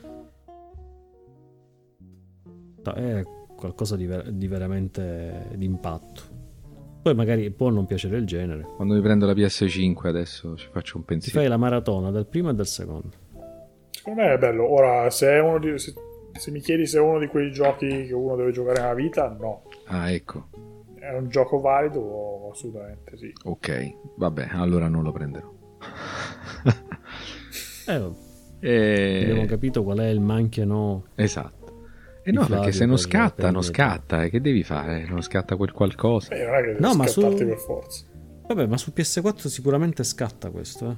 È qualcosa di veramente d'impatto. Poi magari può non piacere il genere. Quando mi prendo la PS5 adesso ci faccio un pensiero. Ti fai la maratona del primo e del secondo. Secondo me è bello. Ora, se mi chiedi se è uno di quei giochi che uno deve giocare nella vita, no. Ah, ecco. È un gioco valido? Assolutamente sì. Ok, vabbè, allora non lo prenderò. Abbiamo capito qual è il manche no. Esatto. E no, perché se non scatta, non scatta. Che devi fare? Non scatta quel qualcosa. Non è che devi scattarti per forza. Vabbè, ma su PS4 sicuramente scatta questo,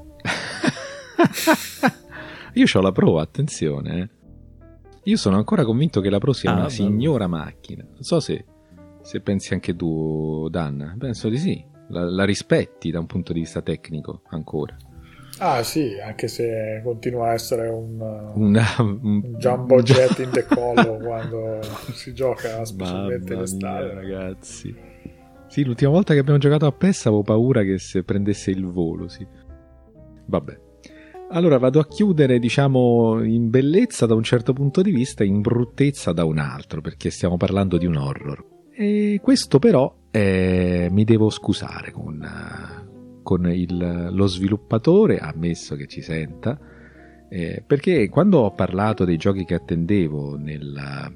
Io c'ho la Pro, attenzione. Io sono ancora convinto che la Pro sia una signora macchina. Non so se pensi anche tu, Dan. Penso di sì. La rispetti da un punto di vista tecnico ancora. Ah sì, anche se continua a essere un jumbo jet in decollo quando si gioca, specialmente in estate. Ragazzi, sì, l'ultima volta che abbiamo giocato a PES avevo paura che se prendesse il volo, sì. Vabbè, allora vado a chiudere, diciamo, in bellezza da un certo punto di vista, in bruttezza da un altro, perché stiamo parlando di un horror. E questo però mi devo scusare con lo sviluppatore, ammesso che ci senta, perché quando ho parlato dei giochi che attendevo nel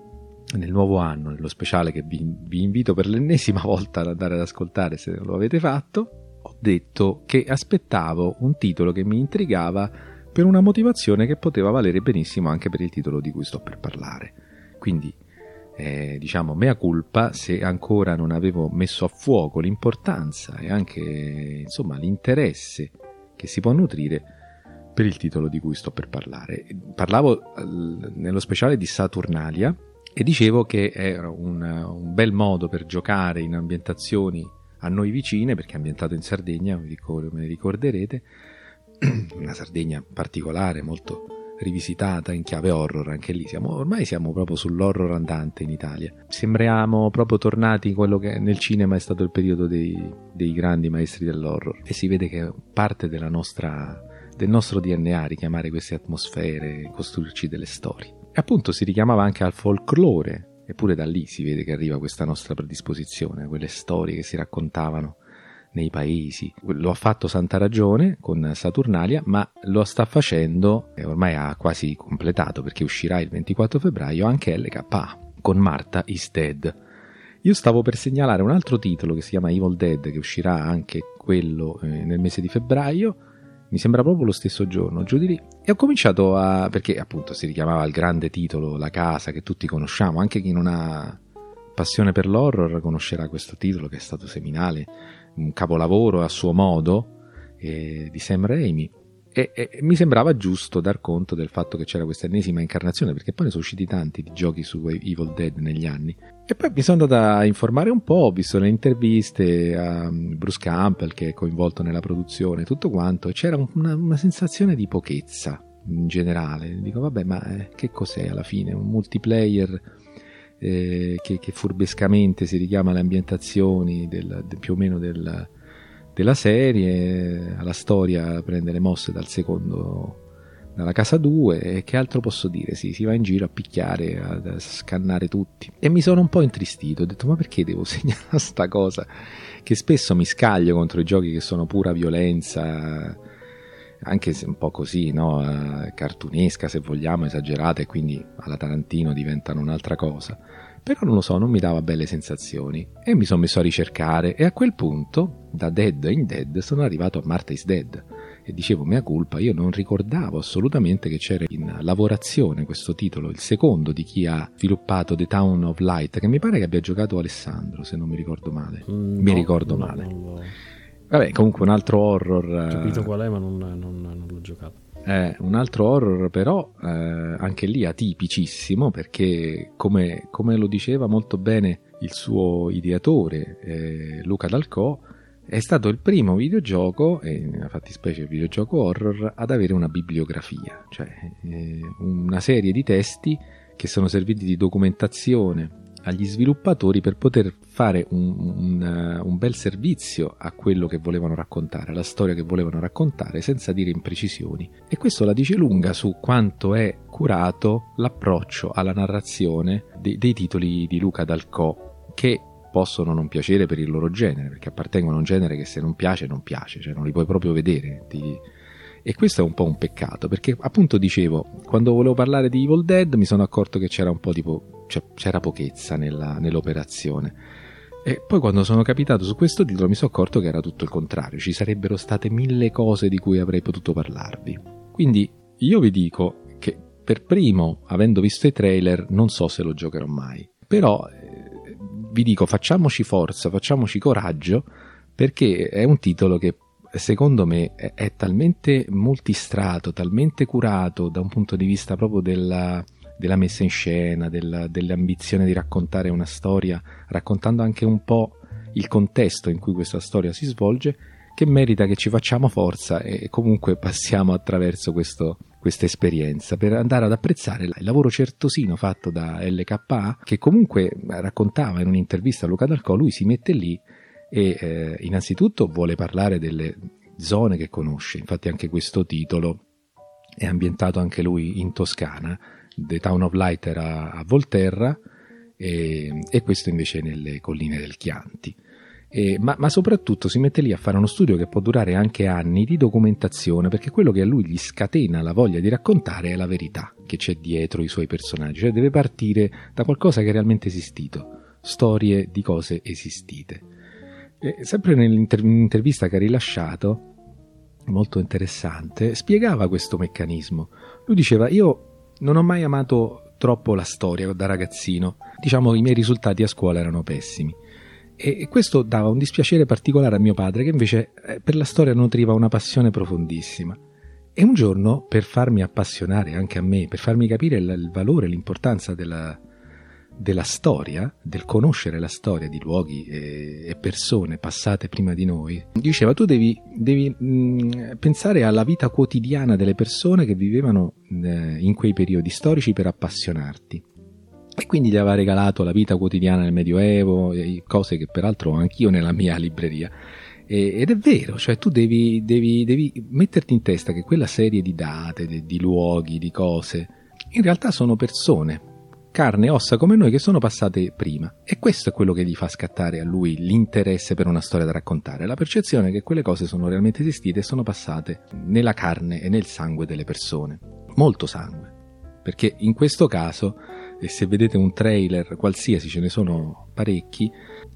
nuovo anno, nello speciale che vi invito per l'ennesima volta ad andare ad ascoltare se non lo avete fatto, ho detto che aspettavo un titolo che mi intrigava per una motivazione che poteva valere benissimo anche per il titolo di cui sto per parlare. Quindi diciamo mea culpa se ancora non avevo messo a fuoco l'importanza e anche insomma l'interesse che si può nutrire per il titolo di cui sto per parlare. Parlavo nello speciale di Saturnalia e dicevo che era un bel modo per giocare in ambientazioni a noi vicine, perché è ambientato in Sardegna, me ne ricorderete, una Sardegna particolare, molto rivisitata in chiave horror. Anche lì ormai siamo proprio sull'horror andante in Italia, sembriamo proprio tornati quello che nel cinema è stato il periodo dei grandi maestri dell'horror, e si vede che è parte del nostro DNA richiamare queste atmosfere, costruirci delle storie, e appunto si richiamava anche al folklore, eppure da lì si vede che arriva questa nostra predisposizione, quelle storie che si raccontavano nei paesi. Lo ha fatto Santa Ragione con Saturnalia, ma lo sta facendo, e ormai ha quasi completato perché uscirà il 24 febbraio, anche LKA con Martha is Dead. Io stavo per segnalare un altro titolo che si chiama Evil Dead, che uscirà anche quello nel mese di febbraio, mi sembra proprio lo stesso giorno, giù di lì, e ho cominciato perché appunto si richiamava al grande titolo La Casa, che tutti conosciamo, anche chi non ha passione per l'horror conoscerà questo titolo che è stato seminale, un capolavoro a suo modo, di Sam Raimi, e mi sembrava giusto dar conto del fatto che c'era questa ennesima incarnazione, perché poi ne sono usciti tanti di giochi su Evil Dead negli anni. E poi mi sono andato a informare un po', ho visto le interviste a Bruce Campbell che è coinvolto nella produzione, tutto quanto, e c'era una sensazione di pochezza in generale. Dico vabbè, ma che cos'è alla fine? Un multiplayer che furbescamente si richiama alle ambientazioni più o meno della serie, alla storia prende le mosse dalla casa 2, e che altro posso dire? Sì, si va in giro a picchiare, a scannare tutti, e mi sono un po' intristito, ho detto ma perché devo segnalare sta cosa, che spesso mi scaglio contro i giochi che sono pura violenza, anche se un po' così, no? Cartunesca se vogliamo, esagerata, e quindi alla Tarantino diventano un'altra cosa. Però non lo so, non mi dava belle sensazioni, e mi sono messo a ricercare, e a quel punto da Dead in Dead sono arrivato a Martha is Dead e dicevo mea culpa, io non ricordavo assolutamente che c'era in lavorazione questo titolo, il secondo di chi ha sviluppato The Town of Light, che mi pare che abbia giocato Alessandro, se non mi ricordo male. Male. Vabbè, comunque un altro horror. Ho capito qual è, ma non l'ho giocato. Un altro horror però anche lì atipicissimo, perché come lo diceva molto bene il suo ideatore Luca Dalcò, è stato il primo videogioco, e nella fattispecie il videogioco horror, ad avere una bibliografia, cioè una serie di testi che sono serviti di documentazione agli sviluppatori per poter fare un bel servizio a quello che volevano raccontare, alla storia che volevano raccontare, senza dire imprecisioni. E questo la dice lunga su quanto è curato l'approccio alla narrazione dei titoli di Luca Dalcò, che possono non piacere per il loro genere, perché appartengono a un genere che se non piace, cioè non li puoi proprio vedere. E questo è un po' un peccato, perché appunto dicevo, quando volevo parlare di Evil Dead mi sono accorto che c'era un po' c'era pochezza nell'operazione, e poi quando sono capitato su questo titolo mi sono accorto che era tutto il contrario, ci sarebbero state 1000 cose di cui avrei potuto parlarvi. Quindi io vi dico che per primo, avendo visto i trailer, non so se lo giocherò mai, però vi dico facciamoci forza, facciamoci coraggio, perché è un titolo che secondo me è talmente multistrato, talmente curato da un punto di vista proprio della messa in scena, dell'ambizione di raccontare una storia, raccontando anche un po' il contesto in cui questa storia si svolge, che merita che ci facciamo forza e comunque passiamo attraverso questa esperienza per andare ad apprezzare il lavoro certosino fatto da LKA, che comunque raccontava in un'intervista a Luca Dalcò, lui si mette lì e innanzitutto vuole parlare delle zone che conosce, infatti anche questo titolo è ambientato anche lui in Toscana, The Town of Light era a Volterra e questo invece nelle colline del Chianti. Ma soprattutto si mette lì a fare uno studio che può durare anche anni di documentazione, perché quello che a lui gli scatena la voglia di raccontare è la verità che c'è dietro i suoi personaggi, cioè deve partire da qualcosa che è realmente esistito, storie di cose esistite. Sempre nell'intervista che ha rilasciato, molto interessante, spiegava questo meccanismo. Lui diceva: io non ho mai amato troppo la storia da ragazzino, diciamo i miei risultati a scuola erano pessimi, e questo dava un dispiacere particolare a mio padre, che invece per la storia nutriva una passione profondissima. E un giorno, per farmi appassionare anche a me, per farmi capire il valore, l'importanza della storia, del conoscere la storia di luoghi e persone passate prima di noi, diceva: tu devi pensare alla vita quotidiana delle persone che vivevano in quei periodi storici per appassionarti. E quindi gli aveva regalato la vita quotidiana nel Medioevo, cose che peraltro ho anch'io nella mia libreria. Ed è vero, cioè tu devi metterti in testa che quella serie di date, di luoghi, di cose, in realtà sono persone, carne e ossa come noi, che sono passate prima, e questo è quello che gli fa scattare a lui l'interesse per una storia da raccontare, la percezione che quelle cose sono realmente esistite e sono passate nella carne e nel sangue delle persone, molto sangue, perché in questo caso, e se vedete un trailer qualsiasi, ce ne sono parecchi,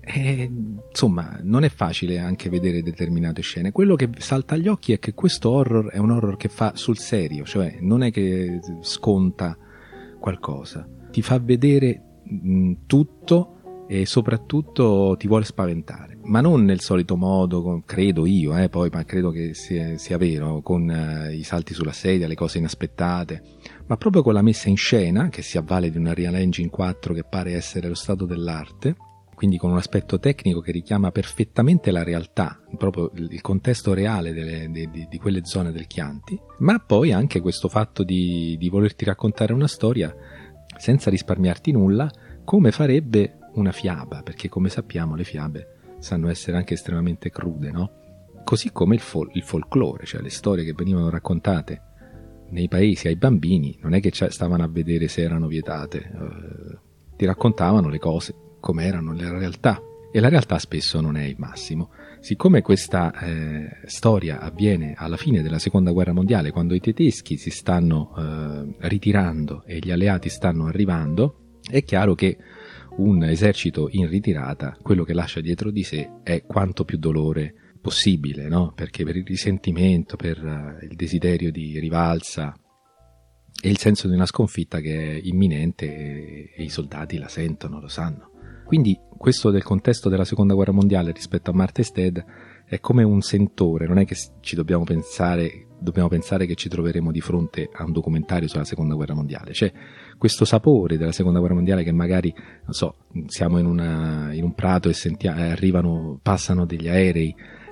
insomma non è facile anche vedere determinate scene. Quello che salta agli occhi è che questo horror è un horror che fa sul serio, cioè non è che sconta qualcosa, ti fa vedere tutto e soprattutto ti vuole spaventare, ma non nel solito modo, credo io, poi, ma credo che sia vero, con i salti sulla sedia, le cose inaspettate, ma proprio con la messa in scena, che si avvale di una Unreal Engine 4 che pare essere lo stato dell'arte, quindi con un aspetto tecnico che richiama perfettamente la realtà, proprio il contesto reale di quelle zone del Chianti, ma poi anche questo fatto di volerti raccontare una storia senza risparmiarti nulla, come farebbe una fiaba, perché come sappiamo le fiabe sanno essere anche estremamente crude, no? Così come il folklore, cioè le storie che venivano raccontate nei paesi ai bambini, non è che stavano a vedere se erano vietate, ti raccontavano le cose come erano nella realtà, e la realtà spesso non è il massimo. Siccome questa storia avviene alla fine della seconda guerra mondiale, quando i tedeschi si stanno ritirando e gli alleati stanno arrivando, è chiaro che un esercito in ritirata, quello che lascia dietro di sé è quanto più dolore possibile, no? Perché per il risentimento, per il desiderio di rivalsa e il senso di una sconfitta che è imminente, e i soldati la sentono, lo sanno. Quindi questo del contesto della seconda guerra mondiale rispetto a Martha's Dead è come un sentore, non è che ci dobbiamo pensare che ci troveremo di fronte a un documentario sulla seconda guerra mondiale. C'è questo sapore della seconda guerra mondiale che magari, non so, siamo in un prato e passano degli aerei,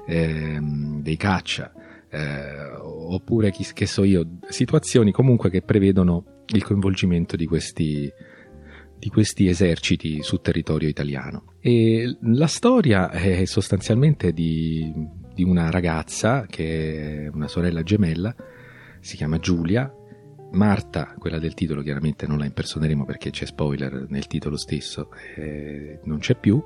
dei caccia, oppure che so io, situazioni comunque che prevedono il coinvolgimento di questi eserciti sul territorio italiano. E la storia è sostanzialmente di una ragazza che è una sorella gemella, si chiama Giulia. Marta, quella del titolo, chiaramente non la impersoneremo perché c'è spoiler nel titolo stesso, non c'è più,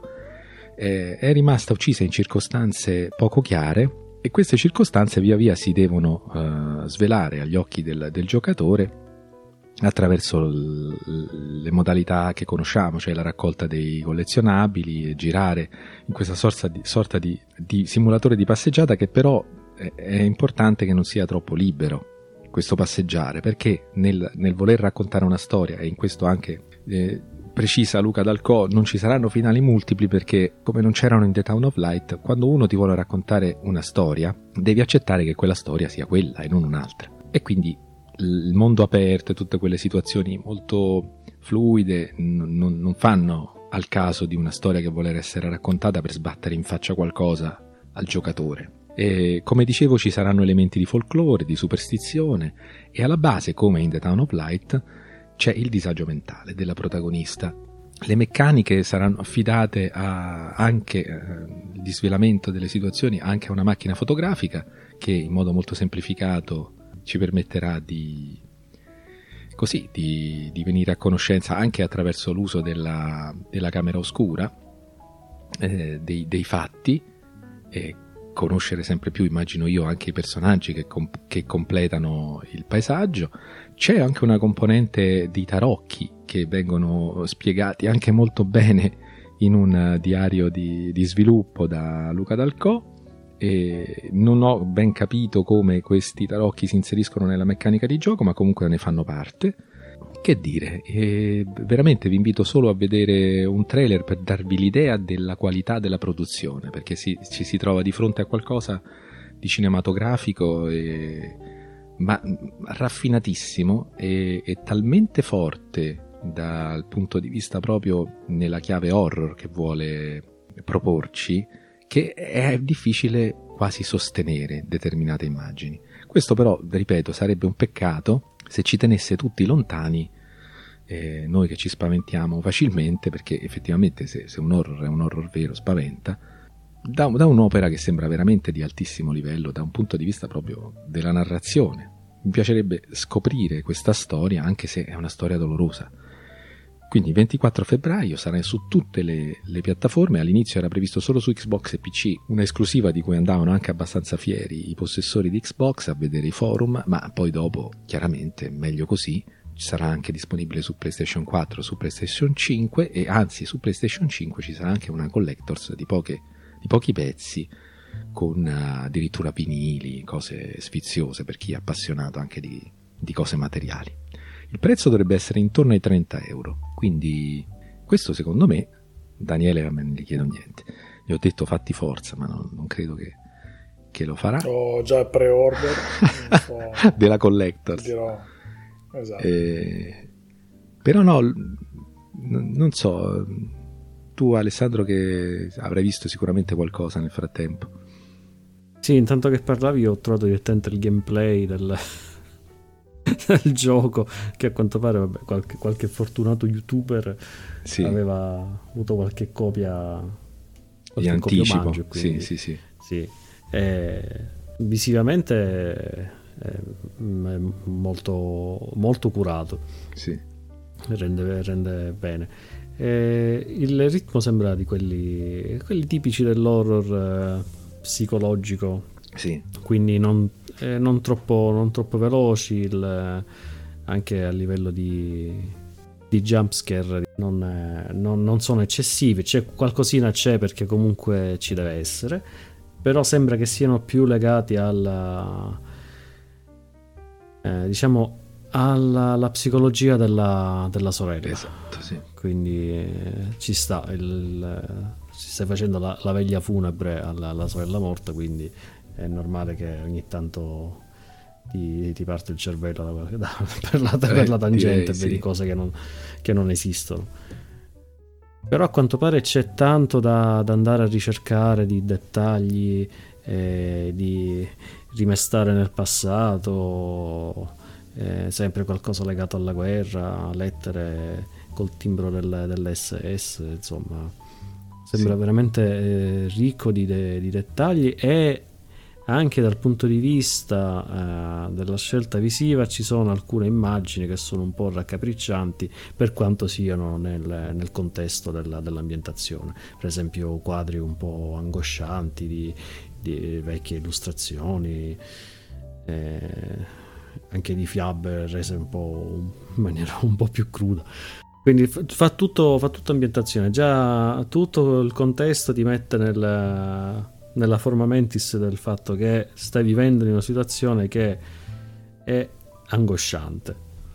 è rimasta uccisa in circostanze poco chiare, e queste circostanze via via si devono svelare agli occhi del giocatore attraverso le modalità che conosciamo, cioè la raccolta dei collezionabili, girare in questa sorta di simulatore di passeggiata, che però è importante che non sia troppo libero questo passeggiare, perché nel voler raccontare una storia, e in questo anche precisa Luca Dalcò, non ci saranno finali multipli, perché come non c'erano in The Town of Light, quando uno ti vuole raccontare una storia devi accettare che quella storia sia quella e non un'altra, e quindi il mondo aperto e tutte quelle situazioni molto fluide non fanno al caso di una storia che vuole essere raccontata per sbattere in faccia qualcosa al giocatore. E come dicevo, ci saranno elementi di folklore, di superstizione, e alla base, come in The Town of Light, c'è il disagio mentale della protagonista. Le meccaniche saranno affidate anche il disvelamento delle situazioni anche a una macchina fotografica che in modo molto semplificato ci permetterà di venire a conoscenza, anche attraverso l'uso della camera oscura, dei fatti, e conoscere sempre più, immagino io, anche i personaggi che completano il paesaggio. C'è anche una componente di tarocchi che vengono spiegati anche molto bene in un diario di sviluppo da Luca Dalcò, e non ho ben capito come questi tarocchi si inseriscono nella meccanica di gioco, ma comunque ne fanno parte. Che dire, veramente vi invito solo a vedere un trailer per darvi l'idea della qualità della produzione, perché ci si trova di fronte a qualcosa di cinematografico, ma raffinatissimo e talmente forte dal punto di vista proprio nella chiave horror che vuole proporci, che è difficile quasi sostenere determinate immagini. Questo però, ripeto, sarebbe un peccato se ci tenesse tutti lontani, noi che ci spaventiamo facilmente, perché effettivamente se un horror è un horror vero, spaventa, da un'opera che sembra veramente di altissimo livello da un punto di vista proprio della narrazione. Mi piacerebbe scoprire questa storia, anche se è una storia dolorosa. Quindi il 24 febbraio sarà su tutte le piattaforme. All'inizio era previsto solo su Xbox e PC, un'esclusiva di cui andavano anche abbastanza fieri i possessori di Xbox a vedere i forum, ma poi dopo, chiaramente, meglio così, sarà anche disponibile su PlayStation 4, su PlayStation 5, e anzi su PlayStation 5 ci sarà anche una collectors di pochi pezzi, con addirittura vinili, cose sfiziose per chi è appassionato anche di cose materiali. Il prezzo dovrebbe essere intorno ai €30, quindi questo secondo me Daniele a me non gli chiedo niente. Gli ho detto fatti forza, ma non credo che lo farà. Ho già il pre-order della Collectors. Dirò. Esatto. Però no, non so, tu Alessandro che avrai visto sicuramente qualcosa nel frattempo. Sì, intanto che parlavi ho trovato direttamente il gameplay del gioco, che a quanto pare qualche fortunato youtuber aveva avuto qualche copia di anticipo, omaggio, quindi, sì. Visivamente è molto, molto curato, sì. rende bene. Il ritmo sembra di quelli tipici dell'horror psicologico, sì. Quindi non troppo veloci, anche a livello di jumpscare non sono eccessivi. Qualcosina c'è perché comunque ci deve essere, però sembra che siano più legati alla alla psicologia della sorella. Esatto, sì. Quindi ci sta, si sta facendo la veglia funebre alla sorella morta, quindi è normale che ogni tanto ti parte il cervello per la tangente, sì. vedi cose che non esistono. Però a quanto pare c'è tanto da andare a ricercare di dettagli, di rimestare nel passato, sempre qualcosa legato alla guerra, lettere col timbro dell'SS, insomma sembra veramente ricco di dettagli, e anche dal punto di vista della scelta visiva ci sono alcune immagini che sono un po' raccapriccianti per quanto siano nel contesto dell'ambientazione. Per esempio quadri un po' angoscianti di vecchie illustrazioni, anche di fiabe rese in maniera un po' più cruda. Quindi fa tutto ambientazione. Già tutto il contesto ti mette nella forma mentis del fatto che stai vivendo in una situazione che è angosciante.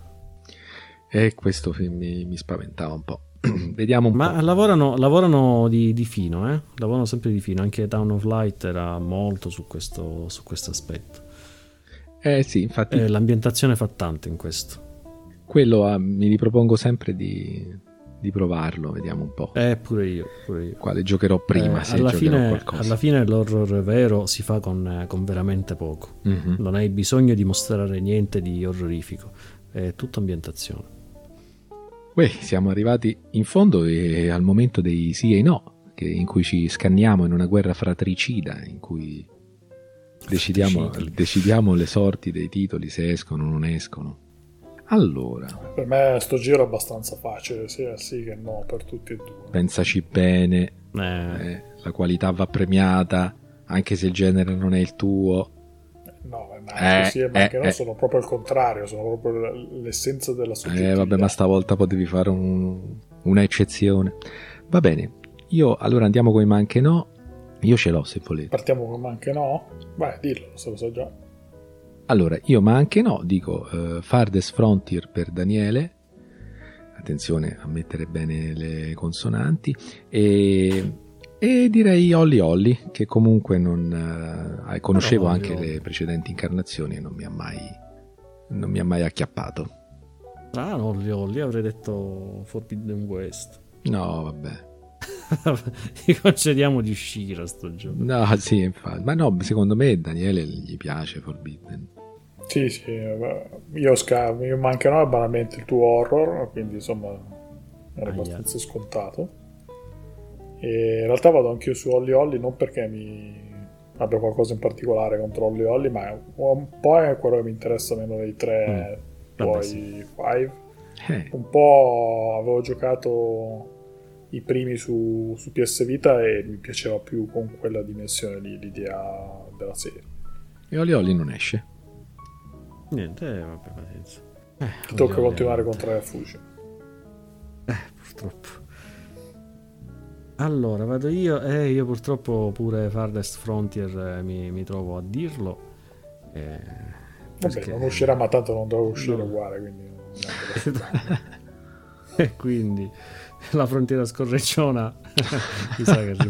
E questo film mi spaventava un po'. Vediamo un po'. Ma lavorano di fino, lavorano sempre di fino. Anche Town of Light era molto su questo aspetto. Sì, infatti l'ambientazione fa tanto in questo. Quello mi ripropongo sempre di provarlo, vediamo un po'. Pure io. Quale giocherò prima, se giocherò qualcosa. Alla fine l'horror vero si fa con veramente poco. Mm-hmm. Non hai bisogno di mostrare niente di orrorifico, è tutta ambientazione. Siamo arrivati in fondo e al momento dei sì e no, in cui ci scanniamo in una guerra fratricida, in cui decidiamo le sorti dei titoli, se escono o non escono. Allora, per me sto giro è abbastanza facile, sia sì che no, per tutti e due. Pensaci bene, la qualità va premiata, anche se il genere non è il tuo. No, ma sì, ma anche no, sono proprio il contrario, sono proprio l'essenza della soggettività. Vabbè, ma stavolta potevi fare un'eccezione. Va bene, allora andiamo con i ma anche no. Io ce l'ho, se volete. Partiamo con ma anche no? Vai, dillo, se lo so già. Allora, io ma anche no, dico Farthest Frontier per Daniele, attenzione a mettere bene le consonanti, e direi Holly Holly, che comunque non conoscevo anche le precedenti incarnazioni e non mi ha mai acchiappato. Ah, no, Holly avrei detto Forbidden West. No, vabbè. Ti concediamo di uscire a sto gioco. No, sì, infatti. Ma no, secondo me Daniele gli piace Forbidden. Sì, io manca no, è banalmente il tuo horror, quindi insomma era abbastanza scontato. E in realtà vado anch'io su Holly Holly, non perché mi abbia qualcosa in particolare contro Holly Holly, ma un po' è quello che mi interessa meno dei tre tuoi five. Un po' avevo giocato i primi su PS Vita e mi piaceva più con quella dimensione lì l'idea della serie. E Holly Holly non esce? Niente, vabbè, pazienza. Ti tocca continuare contro la Fusion. Purtroppo. Allora, vado io. Io purtroppo pure Farthest Frontier mi trovo a dirlo. Vabbè, non uscirà, ma tanto non deve uscire uguale, quindi e quindi la frontiera scorreggiona mi sa che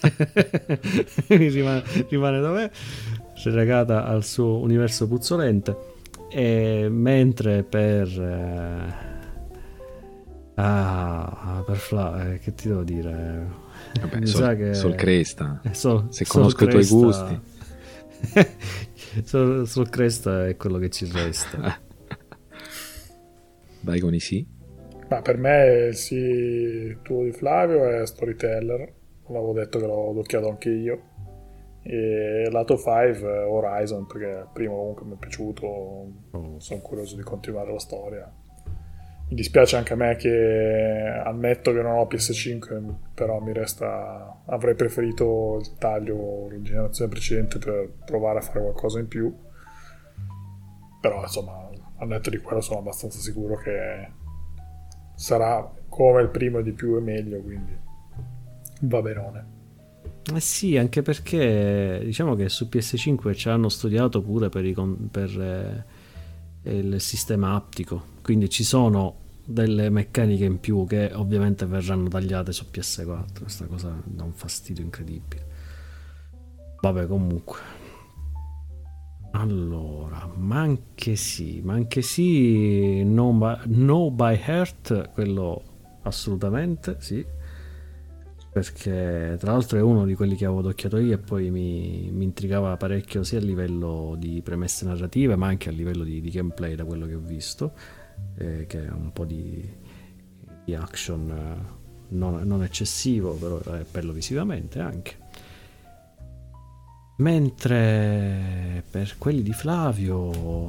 rimane dov'è, relegata al suo universo puzzolente. E mentre per che ti devo dire, vabbè, sa che Sol Cresta, se Sol conosco Cresta, i tuoi gusti. Sol Cresta è quello che ci resta. Vai con i sì. Ma per me il sì tuo di Flavio è Storyteller, l'avevo detto che l'ho occhiato anche io, e lato 5 Horizon, perché il primo comunque mi è piaciuto, sono curioso di continuare la storia. Mi dispiace anche a me che, ammetto che non ho PS5, però mi resta, avrei preferito il taglio la generazione precedente per provare a fare qualcosa in più, però insomma al netto di quello sono abbastanza sicuro che sarà come il primo e di più e meglio, quindi va benone. Sì, anche perché diciamo che su PS5 ci hanno studiato pure per il sistema aptico, quindi ci sono delle meccaniche in più che ovviamente verranno tagliate su PS4. Questa cosa dà un fastidio incredibile. Vabbè, comunque, allora, ma anche sì, no by Heart, quello assolutamente sì, perché tra l'altro è uno di quelli che avevo occhiato io e poi mi intrigava parecchio sia a livello di premesse narrative ma anche a livello di gameplay, da quello che ho visto, che è un po' di action non eccessivo, però è bello visivamente anche. Mentre per quelli di Flavio,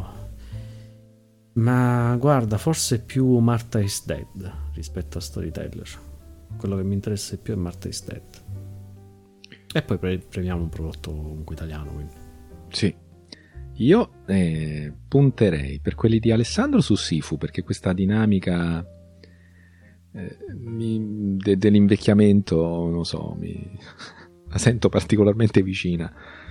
ma guarda, forse più Martha is Dead rispetto a Storyteller. Quello che mi interessa di più è Martha is Dead. E poi premiamo un prodotto comunque italiano, quindi. Sì, io punterei per quelli di Alessandro su Sifu, perché questa dinamica dell'invecchiamento, non so, la sento particolarmente vicina.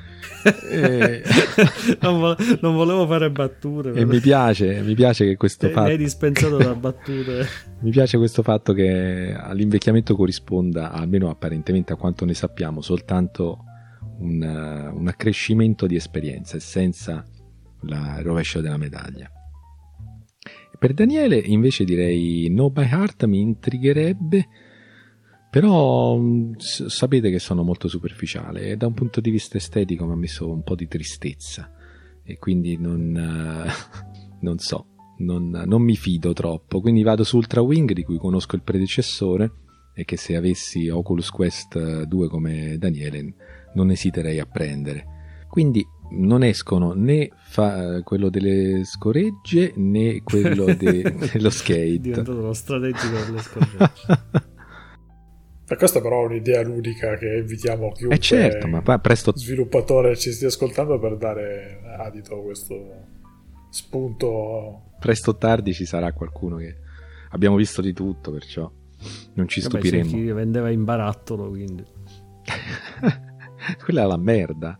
Non volevo fare battute, e mi piace che questo fatto, hai dispensato da battute. Mi piace questo fatto che all'invecchiamento corrisponda, almeno apparentemente a quanto ne sappiamo, soltanto un accrescimento di esperienza e senza il rovescio della medaglia. Per Daniele invece direi No by Heart, mi intrigherebbe, però sapete che sono molto superficiale e da un punto di vista estetico mi ha messo un po' di tristezza e quindi non so, non mi fido troppo, quindi vado su Ultra Wing, di cui conosco il predecessore e che se avessi Oculus Quest 2 come Daniele non esiterei a prendere. Quindi non escono né quello delle scoregge né quello dello skate. È diventato lo strategico delle scoregge. Per questa però è un'idea ludica che invitiamo chiunque certo, ma presto sviluppatore ci stia ascoltando per dare adito a questo spunto. Presto o tardi ci sarà qualcuno che abbiamo visto di tutto, perciò non ci stupiremo. Chi vendeva in barattolo, quindi quella è la merda.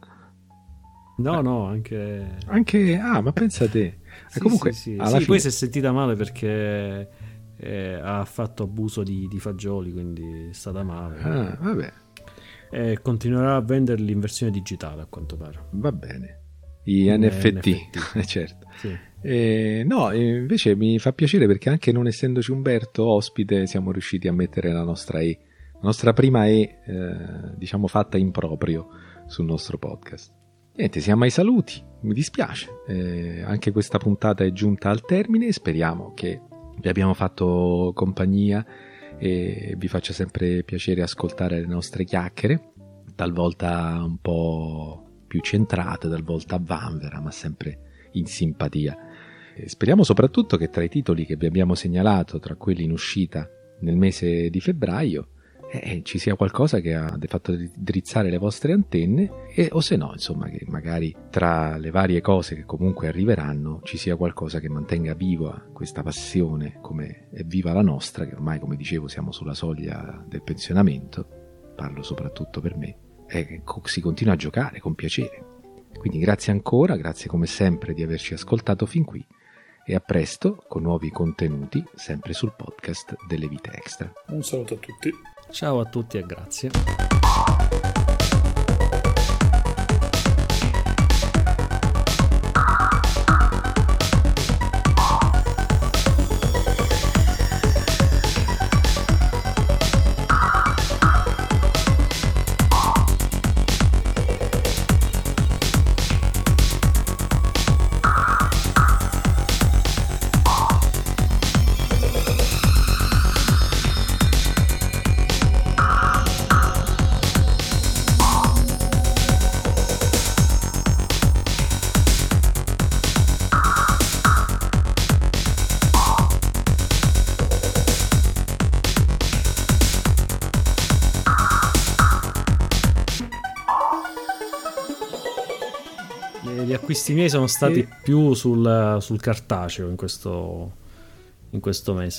No, anche ma pensa te. Sì, comunque sì. Alla fine... poi si è sentita male perché ha fatto abuso di fagioli, quindi è stata male. Vabbè. E continuerà a venderli in versione digitale, a quanto pare. Va bene. I NFT. Certo. Sì. No, invece mi fa piacere perché anche non essendoci Umberto ospite siamo riusciti a mettere la nostra prima diciamo fatta in proprio sul nostro podcast. Niente, siamo ai saluti, mi dispiace, anche questa puntata è giunta al termine, speriamo che vi abbiamo fatto compagnia e vi faccia sempre piacere ascoltare le nostre chiacchiere, talvolta un po' più centrate, talvolta a vanvera, ma sempre in simpatia. Speriamo soprattutto che tra i titoli che vi abbiamo segnalato, tra quelli in uscita nel mese di febbraio, ci sia qualcosa che ha fatto drizzare le vostre antenne o se no, insomma, che magari tra le varie cose che comunque arriveranno ci sia qualcosa che mantenga viva questa passione come è viva la nostra, che ormai, come dicevo, siamo sulla soglia del pensionamento, parlo soprattutto per me, e che si continua a giocare con piacere. Quindi grazie ancora, grazie come sempre di averci ascoltato fin qui e a presto con nuovi contenuti sempre sul podcast delle Vite Extra. Un saluto a tutti. Ciao a tutti e grazie. Gli acquisti miei sono stati più sul cartaceo in questo mese.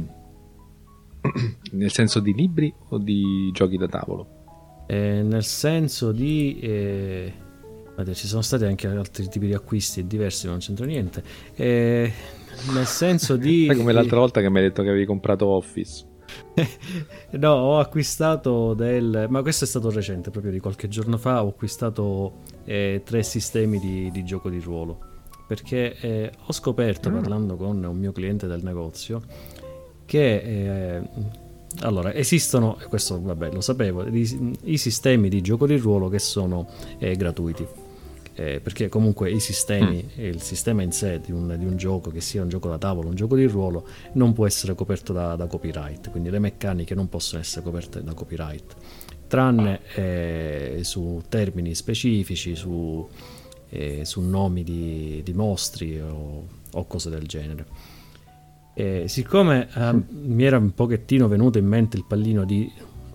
Nel senso di libri o di giochi da tavolo? Nel senso di ci sono stati anche altri tipi di acquisti diversi, ma non c'entra niente. Nel senso di come l'altra volta che mi hai detto che avevi comprato Office. No, ho acquistato ma questo è stato recente, proprio di qualche giorno fa. Ho acquistato 3 sistemi di gioco di ruolo, perché ho scoperto, parlando con un mio cliente del negozio, che allora esistono, e questo vabbè lo sapevo, i sistemi di gioco di ruolo che sono gratuiti, perché comunque i sistemi e il sistema in sé di un gioco, che sia un gioco da tavolo, un gioco di ruolo, non può essere coperto da copyright, quindi le meccaniche non possono essere coperte da copyright, tranne su termini specifici, su nomi di mostri o cose del genere. Siccome mi era un pochettino venuto in mente il pallino di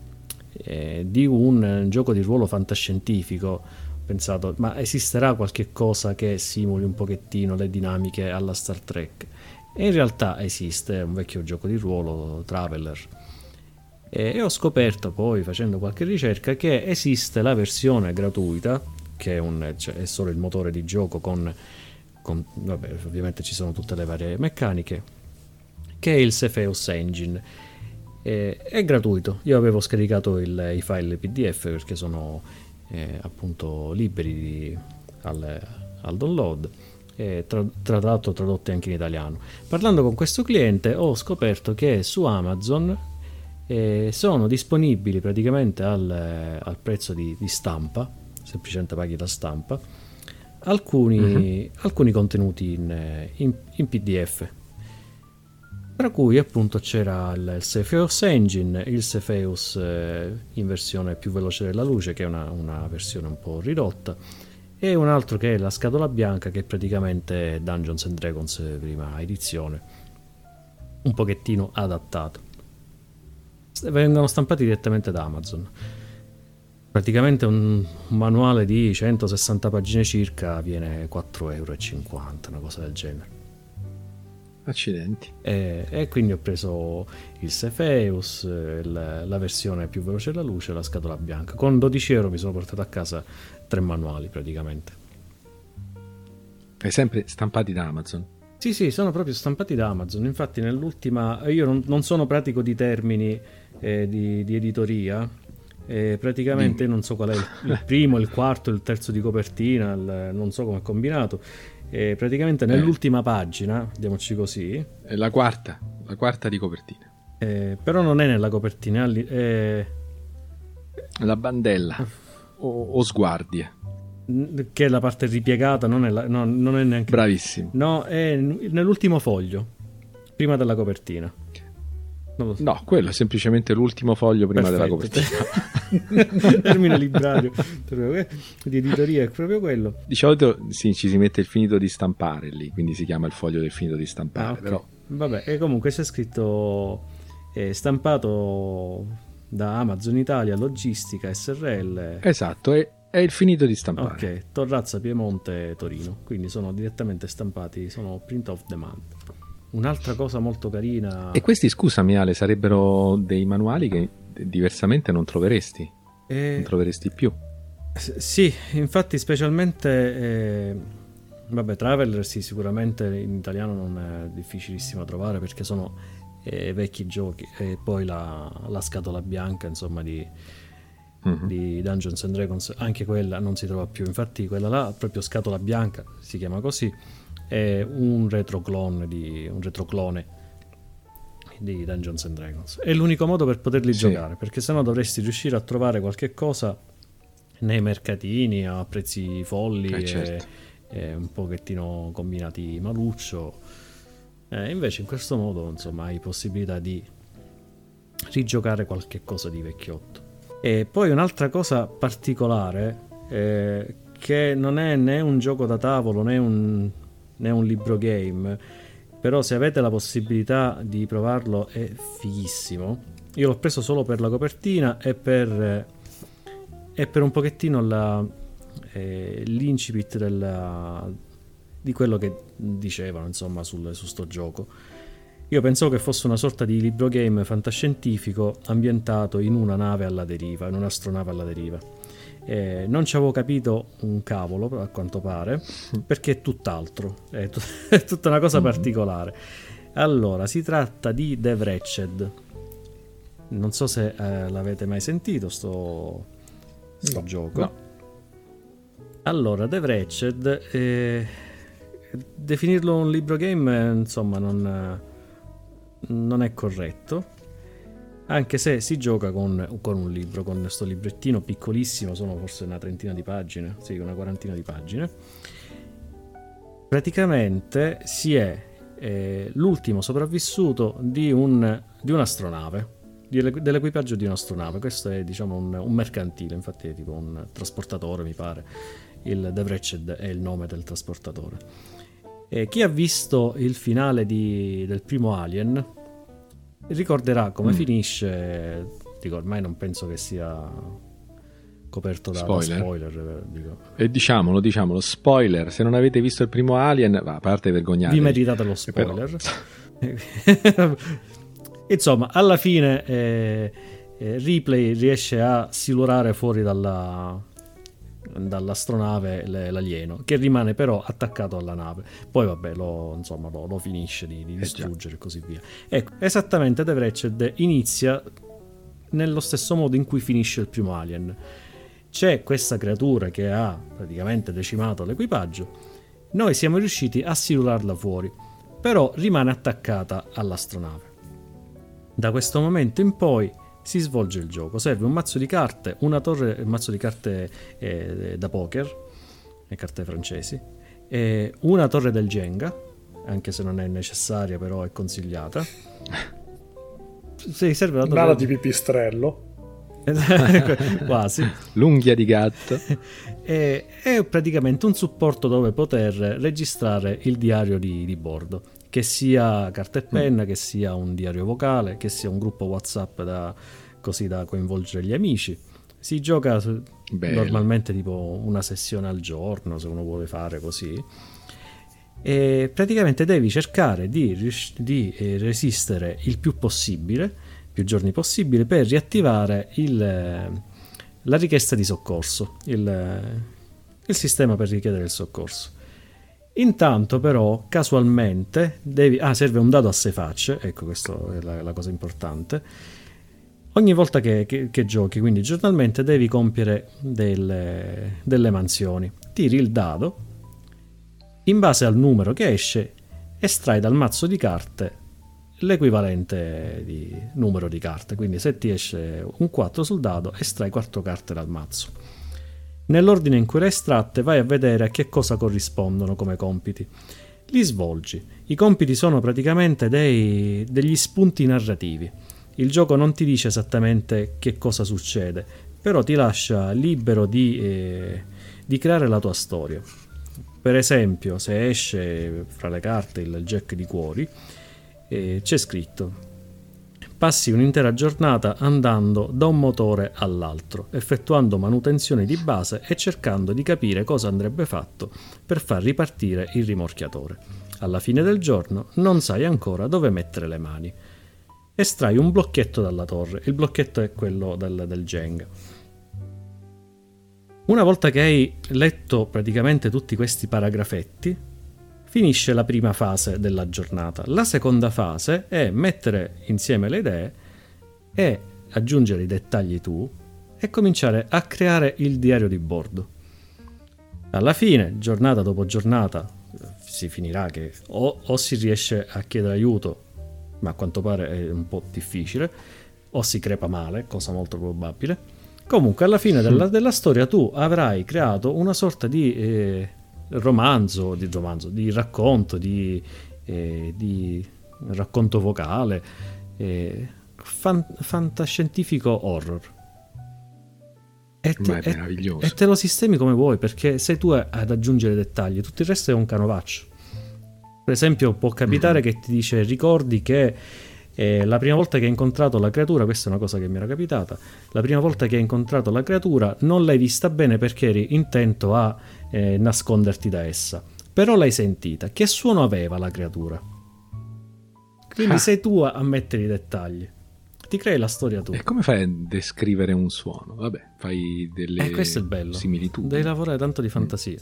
un gioco di ruolo fantascientifico, ho pensato, ma esisterà qualche cosa che simuli un pochettino le dinamiche alla Star Trek? E in realtà esiste, è un vecchio gioco di ruolo, Traveller. E ho scoperto poi, facendo qualche ricerca, che esiste la versione gratuita, che è solo il motore di gioco con vabbè, ovviamente ci sono tutte le varie meccaniche, che è il Cepheus Engine. È gratuito. Io avevo scaricato i file PDF perché sono appunto liberi al download, tra l'altro tradotti anche in italiano. Parlando con questo cliente ho scoperto che su Amazon sono disponibili praticamente al prezzo di stampa, semplicemente paghi la stampa, alcuni contenuti in PDF, tra cui appunto c'era il Cepheus Engine, il Cepheus in versione più veloce della luce, che è una versione un po' ridotta, e un altro che è la scatola bianca, che è praticamente Dungeons and Dragons prima edizione, un pochettino adattato. Vengono stampati direttamente da Amazon. Praticamente un manuale di 160 pagine circa viene 4,50 €, una cosa del genere. Accidenti. E quindi ho preso il Cepheus, la versione più veloce della luce, la scatola bianca. Con 12 € mi sono portato a casa 3 manuali praticamente. E sempre stampati da Amazon? Sì, sono proprio stampati da Amazon. Infatti nell'ultima, io non sono pratico di termini di editoria, praticamente non so qual è il primo, il quarto, il terzo di copertina, non so come è combinato. Praticamente nell'ultima pagina, diamoci così, è la quarta di copertina, però non è nella copertina, la bandella o sguardia, che è la parte ripiegata, non è neanche, bravissimo, no, è nell'ultimo foglio prima della copertina. No, quello è semplicemente l'ultimo foglio prima della copertina. Termine librario di editoria è proprio quello. Di solito sì, ci si mette il finito di stampare lì, quindi si chiama il foglio del finito di stampare. Okay. Però vabbè, e comunque c'è scritto stampato da Amazon Italia Logistica SRL. Esatto, è il finito di stampare. Ok, Torrazza, Piemonte, Torino. Quindi sono direttamente stampati, sono print of demand. Un'altra cosa molto carina. E questi, scusami Ale, sarebbero dei manuali che diversamente non troveresti? Non troveresti più? Sì, infatti specialmente Vabbè, Traveller sì, sicuramente in italiano non è difficilissimo da trovare perché sono vecchi giochi, e poi la scatola bianca, insomma, di Dungeons and Dragons, anche quella non si trova più. Infatti quella là, proprio scatola bianca, si chiama così, è un retroclone di Dungeons and Dragons. È l'unico modo per poterli giocare, perché sennò dovresti riuscire a trovare qualche cosa nei mercatini a prezzi folli e un pochettino combinati maluccio. Invece in questo modo, insomma, hai possibilità di rigiocare qualche cosa di vecchiotto. E poi un'altra cosa particolare, che non è né un gioco da tavolo né un libro game, però se avete la possibilità di provarlo è fighissimo. Io l'ho preso solo per la copertina e per un pochettino l'incipit di quello che dicevano, insomma, su sto gioco. Io pensavo che fosse una sorta di libro game fantascientifico ambientato in una nave alla deriva, in un'astronave alla deriva. Non ci avevo capito un cavolo, a quanto pare, perché è tutt'altro, è tutta una cosa particolare. Allora, si tratta di The Wretched. Non so se l'avete mai sentito sto gioco. No. Allora, The Wretched, definirlo un libro game, insomma, non è corretto, anche se si gioca con un libro, con questo librettino piccolissimo, sono forse una trentina di pagine, sì, una quarantina di pagine. Praticamente si è l'ultimo sopravvissuto di un'astronave, dell'equipaggio di un'astronave. Questo è, diciamo, un mercantile, infatti è tipo un trasportatore, mi pare. Il The Wretched è il nome del trasportatore. Chi ha visto il finale del primo Alien ricorderà come finisce. Dico, ormai non penso che sia coperto da spoiler. Dico. E diciamolo, spoiler: se non avete visto il primo Alien, a parte vergognatevi, vi meritate lo spoiler. Insomma, alla fine Ripley riesce a silurare fuori dall'astronave l'alieno, che rimane però attaccato alla nave. Poi vabbè, lo finisce di distruggere e così via. Ecco, esattamente The Wretched inizia nello stesso modo in cui finisce il primo Alien. C'è questa creatura che ha praticamente decimato l'equipaggio. Noi siamo riusciti a silularla fuori, però rimane attaccata all'astronave. Da questo momento in poi si svolge il gioco. Serve un mazzo di carte, un mazzo di carte da poker, le carte francesi, una torre del Jenga, anche se non è necessaria, però è consigliata. Sì, serve la torre di pipistrello. Quasi. L'unghia di gatto. È praticamente un supporto dove poter registrare il diario di bordo, che sia carta e penna, che sia un diario vocale, che sia un gruppo WhatsApp così da coinvolgere gli amici. Si gioca normalmente tipo una sessione al giorno, se uno vuole fare così, e praticamente devi cercare di resistere il più giorni possibile, per riattivare la richiesta di soccorso, il sistema per richiedere il soccorso. Intanto però casualmente serve un dado a 6 facce, ecco, questa è la cosa importante. Ogni volta che giochi, quindi giornalmente, devi compiere delle mansioni. Tiri il dado, in base al numero che esce estrai dal mazzo di carte l'equivalente di numero di carte. Quindi se ti esce un 4 sul dado, estrai 4 carte dal mazzo. Nell'ordine in cui le hai estratte vai a vedere a che cosa corrispondono come compiti. Li svolgi. I compiti sono praticamente degli spunti narrativi. Il gioco non ti dice esattamente che cosa succede, però ti lascia libero di creare la tua storia. Per esempio, se esce fra le carte il Jack di cuori, c'è scritto: passi un'intera giornata andando da un motore all'altro, effettuando manutenzioni di base e cercando di capire cosa andrebbe fatto per far ripartire il rimorchiatore. Alla fine del giorno non sai ancora dove mettere le mani. Estrai un blocchetto dalla torre. Il blocchetto è quello del Jenga. Una volta che hai letto praticamente tutti questi paragrafetti, finisce la prima fase della giornata. La seconda fase è mettere insieme le idee e aggiungere i dettagli tu e cominciare a creare il diario di bordo. Alla fine, giornata dopo giornata, si finirà che o si riesce a chiedere aiuto, ma a quanto pare è un po' difficile, o si crepa male, cosa molto probabile. Comunque alla fine della storia tu avrai creato una sorta di romanzo, di racconto, di racconto vocale, fantascientifico horror. Ma è meraviglioso. E te lo sistemi come vuoi, perché sei tu ad aggiungere dettagli, tutto il resto è un canovaccio. Per esempio può capitare che ti dice: ricordi che la prima volta che hai incontrato la creatura, questa è una cosa che mi era capitata, la prima volta che hai incontrato la creatura non l'hai vista bene perché eri intento a nasconderti da essa, però l'hai sentita. Che suono aveva la creatura? Quindi sei tu a mettere i dettagli, ti crei la storia tu. E come fai a descrivere un suono? Vabbè, fai delle questo è bello, similitudini. devi lavorare tanto di fantasia.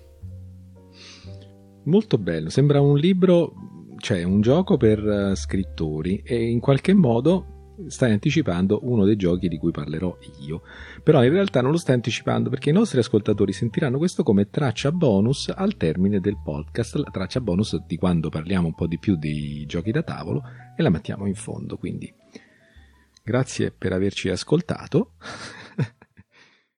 Molto bello, sembra un libro, cioè un gioco per scrittori, e in qualche modo stai anticipando uno dei giochi di cui parlerò io, però in realtà non lo stai anticipando, perché i nostri ascoltatori sentiranno questo come traccia bonus al termine del podcast, la traccia bonus di quando parliamo un po' di più dei giochi da tavolo e la mettiamo in fondo. Quindi grazie per averci ascoltato